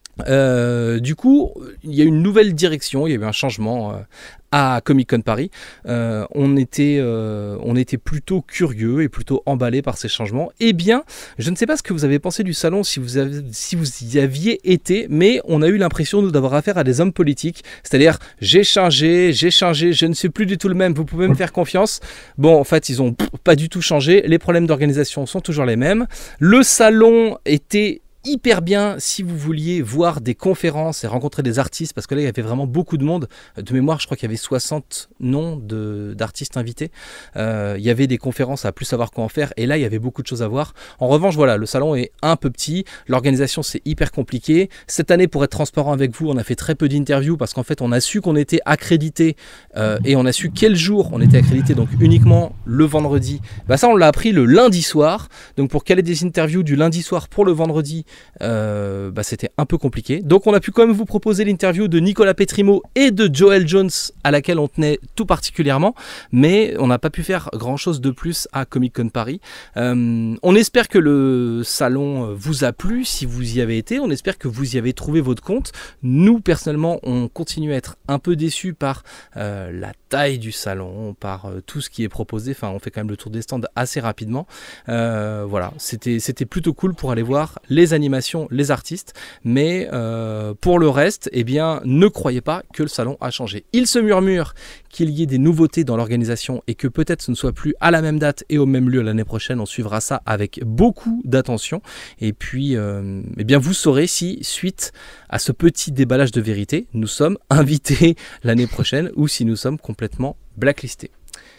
Euh, du coup, il y a une nouvelle direction, il y a eu un changement euh, à Comic Con Paris. Euh, on était, euh, on était plutôt curieux et plutôt emballés par ces changements. Eh bien, je ne sais pas ce que vous avez pensé du salon, si vous, avez, si vous y aviez été, mais on a eu l'impression nous d'avoir affaire à des hommes politiques. C'est-à-dire, j'ai changé, j'ai changé, je ne suis plus du tout le même, vous pouvez me faire confiance. Bon, en fait, ils n'ont pas du tout changé. Les problèmes d'organisation sont toujours les mêmes. Le salon était hyper bien si vous vouliez voir des conférences et rencontrer des artistes, parce que là il y avait vraiment beaucoup de monde. De mémoire, je crois qu'il y avait soixante noms de, d'artistes invités. Euh, il y avait des conférences à plus savoir quoi en faire, et là il y avait beaucoup de choses à voir. En revanche, voilà, le salon est un peu petit, l'organisation c'est hyper compliqué. Cette année, pour être transparent avec vous, on a fait très peu d'interviews parce qu'en fait on a su qu'on était accrédité euh, et on a su quel jour on était accrédité, donc uniquement le vendredi. Bah ça on l'a appris le lundi soir, donc pour caler des interviews du lundi soir pour le vendredi, Euh, bah c'était un peu compliqué. Donc on a pu quand même vous proposer l'interview de Nicolas Petrimo et de Joel Jones, à laquelle on tenait tout particulièrement, mais on n'a pas pu faire grand chose de plus à Comic Con Paris. Euh, on espère que le salon vous a plu si vous y avez été, on espère que vous y avez trouvé votre compte. Nous personnellement on continue à être un peu déçus par euh, la taille du salon, par euh, tout ce qui est proposé. Enfin on fait quand même le tour des stands assez rapidement. Euh, voilà, c'était, c'était plutôt cool pour aller voir les animations, les artistes, mais euh, pour le reste, eh bien, ne croyez pas que le salon a changé. Il se murmure qu'il y ait des nouveautés dans l'organisation et que peut-être ce ne soit plus à la même date et au même lieu l'année prochaine. On suivra ça avec beaucoup d'attention. Et puis, euh, eh bien, vous saurez si, suite à ce petit déballage de vérité, nous sommes invités l'année prochaine ou si nous sommes complètement blacklistés.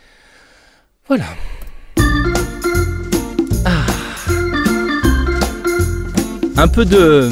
Voilà. Ah. Un peu de...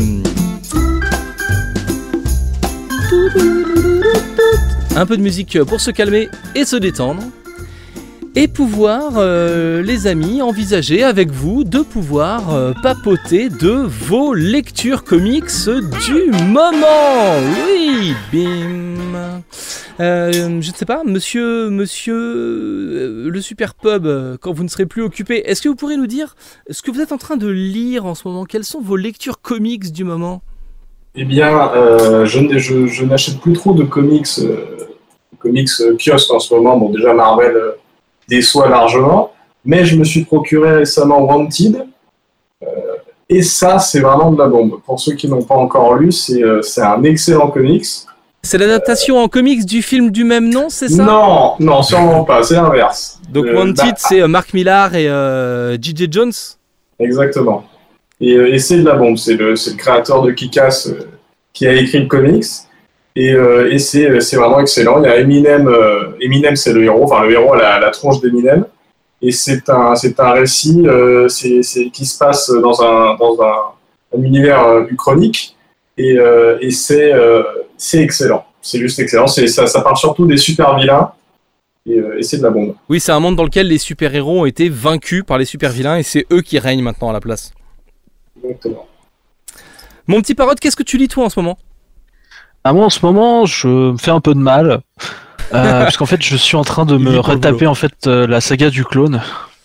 Un peu de musique pour se calmer et se détendre. Et pouvoir, euh, les amis, envisager avec vous de pouvoir euh, papoter de vos lectures comics du moment. Oui, bim. Euh, je ne sais pas, monsieur, monsieur euh, le Super Pub, euh, quand vous ne serez plus occupé, est-ce que vous pourriez nous dire ce que vous êtes en train de lire en ce moment? Quelles sont vos lectures comics du moment? Eh bien, euh, je, je, je n'achète plus trop de comics, euh, comics euh, kiosques en ce moment. Bon, déjà Marvel euh, déçoit largement, mais je me suis procuré récemment Wanted, euh, et ça, c'est vraiment de la bombe. Pour ceux qui n'ont pas encore lu, c'est, euh, c'est un excellent comics. C'est l'adaptation euh... en comics du film du même nom, c'est ça? Non, non, sûrement pas, c'est l'inverse. Donc euh, Wanted, bah, c'est Mark Millar et euh, J J Jones? Exactement. Et, et c'est de la bombe, c'est le, c'est le créateur de Kick-Ass euh, qui a écrit le comics, et, euh, et c'est, c'est vraiment excellent. Il y a Eminem, euh, Eminem c'est le héros, enfin le héros a la, la tronche d'Eminem, et c'est un, c'est un récit euh, c'est, c'est, qui se passe dans un, dans un, un univers euh, uchronique, et, euh, et c'est, euh, c'est excellent, c'est juste excellent. C'est, ça, ça parle surtout des super vilains, et, euh, et c'est de la bombe. Oui, c'est un monde dans lequel les super-héros ont été vaincus par les super vilains, et c'est eux qui règnent maintenant à la place. Exactement. Mon petit Parrot, qu'est-ce que tu lis toi en ce moment? Ah, moi en ce moment, je me fais un peu de mal, euh, parce qu'en fait, je suis en train de me retaper en fait euh, la saga du clone.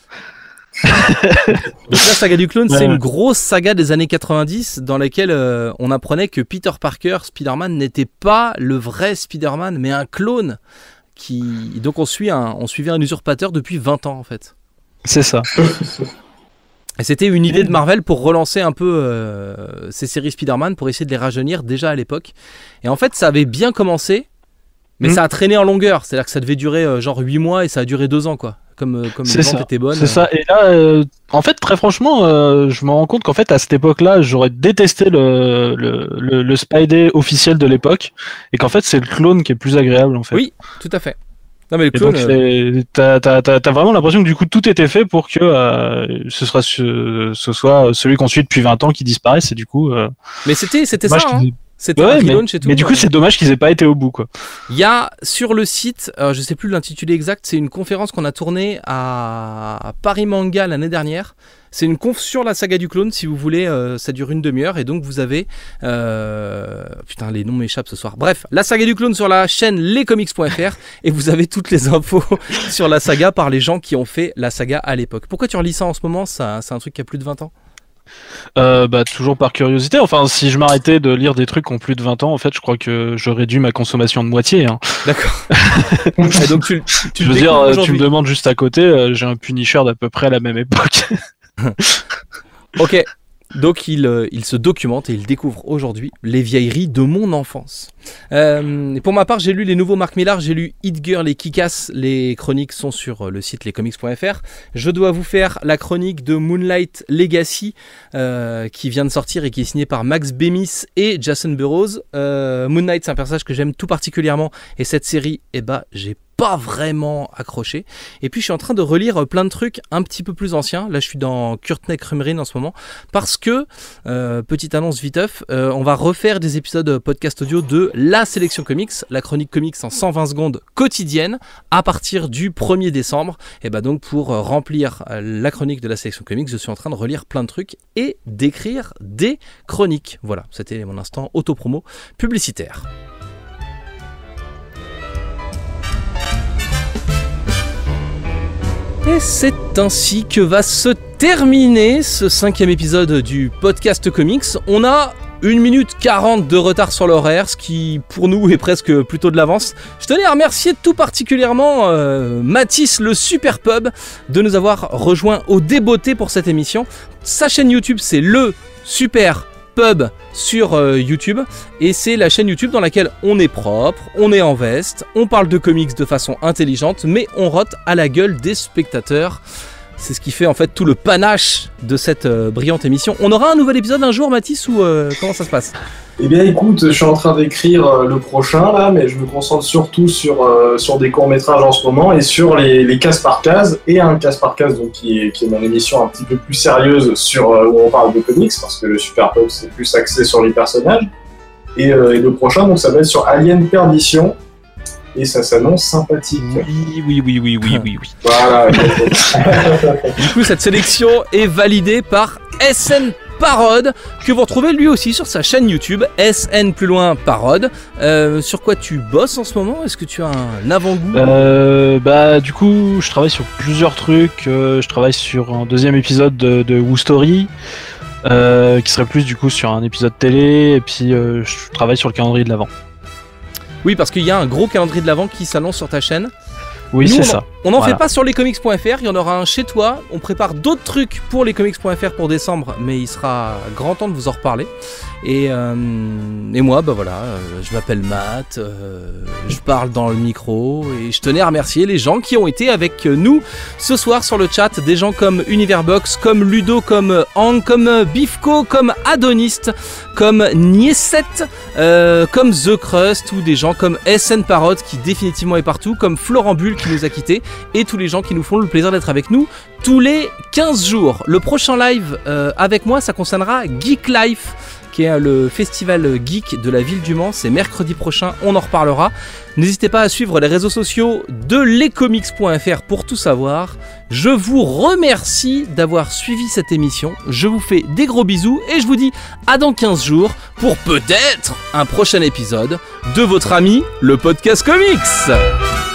Donc la saga du clone, ouais. C'est une grosse saga des années quatre-vingt-dix dans laquelle euh, on apprenait que Peter Parker, Spider-Man, n'était pas le vrai Spider-Man, mais un clone. Qui... Donc on, suit un, on suivait un usurpateur depuis vingt ans en fait. C'est ça. Et c'était une idée de Marvel pour relancer un peu euh, ces séries Spider-Man, pour essayer de les rajeunir déjà à l'époque. Et en fait, ça avait bien commencé, Mais Mm. ça a traîné en longueur, c'est-à-dire que ça devait durer euh, genre huit mois et ça a duré deux ans, quoi. Comme, euh, comme les C'est ventes ça, étaient bonnes. c'est ça. Et là, euh, en fait, très franchement, euh, je me rends compte qu'en fait, à cette époque-là, j'aurais détesté le, le, le, le Spidey officiel de l'époque, et qu'en fait, c'est le clone qui est plus agréable, en fait. Oui, tout à fait. Non mais le Et clone, donc, euh, c'est- t'as, t'as, t'as, t'as vraiment l'impression que du coup, tout était fait pour que euh, ce, sera ce, ce soit celui qu'on suit depuis vingt ans qui disparaisse, et du coup, euh, mais c'était c'était ça, dommage hein. qu'ils- C'était Ouais, un mais, relaunch et tout. mais du coup, euh. c'est dommage qu'ils aient pas été au bout, quoi. Il y a sur le site, euh, je sais plus l'intitulé exact, c'est une conférence qu'on a tournée à Paris Manga l'année dernière. C'est une conf sur la saga du clone, si vous voulez, euh, ça dure une demi-heure et donc vous avez... Euh... Putain, les noms m'échappent ce soir. Bref, la saga du clone sur la chaîne lescomics point f r et vous avez toutes les infos sur la saga par les gens qui ont fait la saga à l'époque. Pourquoi tu relis ça en ce moment? Ça, c'est un truc qui a plus de vingt ans? Euh, bah, toujours par curiosité. Enfin, si je m'arrêtais de lire des trucs qui ont plus de vingt ans, en fait, je crois que je réduis ma consommation de moitié. Hein. D'accord. Et donc tu, tu Je le veux dire, découvres euh, tu aujourd'hui. me demandes juste à côté, euh, j'ai un Punisher d'à peu près à la même époque. Ok, donc il, euh, il se documente et il découvre aujourd'hui les vieilleries de mon enfance. Euh, et pour ma part, j'ai lu les nouveaux Mark Millar, j'ai lu Hit Girl et Kick-Ass. Les chroniques sont sur euh, le site lescomics point f r. Je dois vous faire la chronique de Moonlight Legacy euh, qui vient de sortir et qui est signée par Max Bemis et Jason Burrows. Euh, Moonlight, c'est un personnage que j'aime tout particulièrement et cette série, eh ben, j'ai pas vraiment accroché. Et puis je suis en train de relire plein de trucs un petit peu plus anciens. Là je suis dans Kurtnek Krumrin en ce moment parce que, euh, petite annonce viteuf, euh, on va refaire des épisodes podcast audio de la sélection comics, la chronique comics en cent vingt secondes quotidienne à partir du premier décembre. Et bah donc pour euh, remplir euh, la chronique de la sélection comics, je suis en train de relire plein de trucs et d'écrire des chroniques. Voilà, c'était mon instant autopromo publicitaire. Et c'est ainsi que va se terminer ce cinquième épisode du podcast comics. On a une minute quarante de retard sur l'horaire, ce qui pour nous est presque plutôt de l'avance. Je tenais à remercier tout particulièrement euh, Mathis le Super Pub de nous avoir rejoints au débeauté pour cette émission. Sa chaîne YouTube, c'est le Super Pub sur euh, YouTube, et c'est la chaîne YouTube dans laquelle on est propre, on est en veste, on parle de comics de façon intelligente, mais on rote à la gueule des spectateurs. C'est ce qui fait en fait tout le panache de cette euh, brillante émission. On aura un nouvel épisode un jour, Mathis, ou euh, comment ça se passe? Eh bien écoute, je suis en train d'écrire euh, le prochain là, mais je me concentre surtout sur, euh, sur des courts-métrages en ce moment et sur les, les cases par case, et un case par case donc, qui, est, qui est mon émission un petit peu plus sérieuse sur euh, où on parle de comics, parce que le Super Pop c'est plus axé sur les personnages. Et, euh, et le prochain donc ça va être sur Alien Perdition, et ça s'annonce sympathique. Oui, oui, oui, oui, oui, oui, oui. Voilà. Du coup, cette sélection est validée par S N Parode, que vous retrouvez lui aussi sur sa chaîne YouTube, S N plus loin Parode. Euh, sur quoi tu bosses en ce moment? Est-ce que tu as un avant-goût? Euh, bah, du coup, je travaille sur plusieurs trucs. Euh, je travaille sur un deuxième épisode de, de Who Story, euh, qui serait plus du coup sur un épisode télé, et puis euh, je travaille sur le calendrier de l'Avent. Oui, parce qu'il y a un gros calendrier de l'Avent qui s'annonce sur ta chaîne. Oui, Nous, c'est on ça. en- On n'en Voilà. fait pas sur lescomics point f r, il y en aura un chez toi. On prépare d'autres trucs pour lescomics point f r pour décembre, mais il sera grand temps de vous en reparler. Et, euh, et moi, bah voilà, euh, je m'appelle Matt, euh, je parle dans le micro et je tenais à remercier les gens qui ont été avec nous ce soir sur le chat. Des gens comme Univerbox, comme Ludo, comme Hank, comme Bifco, comme Adonist, comme Nieset, euh, comme The Crust, ou des gens comme S N Parrot qui définitivement est partout, comme Florent Bull qui nous a quittés, et tous les gens qui nous font le plaisir d'être avec nous tous les quinze jours. Le prochain live euh, avec moi, ça concernera Geek Life, qui est le festival geek de la ville du Mans. C'est mercredi prochain, on en reparlera. N'hésitez pas à suivre les réseaux sociaux de lescomics point f r pour tout savoir. Je vous remercie d'avoir suivi cette émission. Je vous fais des gros bisous et je vous dis à dans quinze jours pour peut-être un prochain épisode de votre ami, le podcast comics.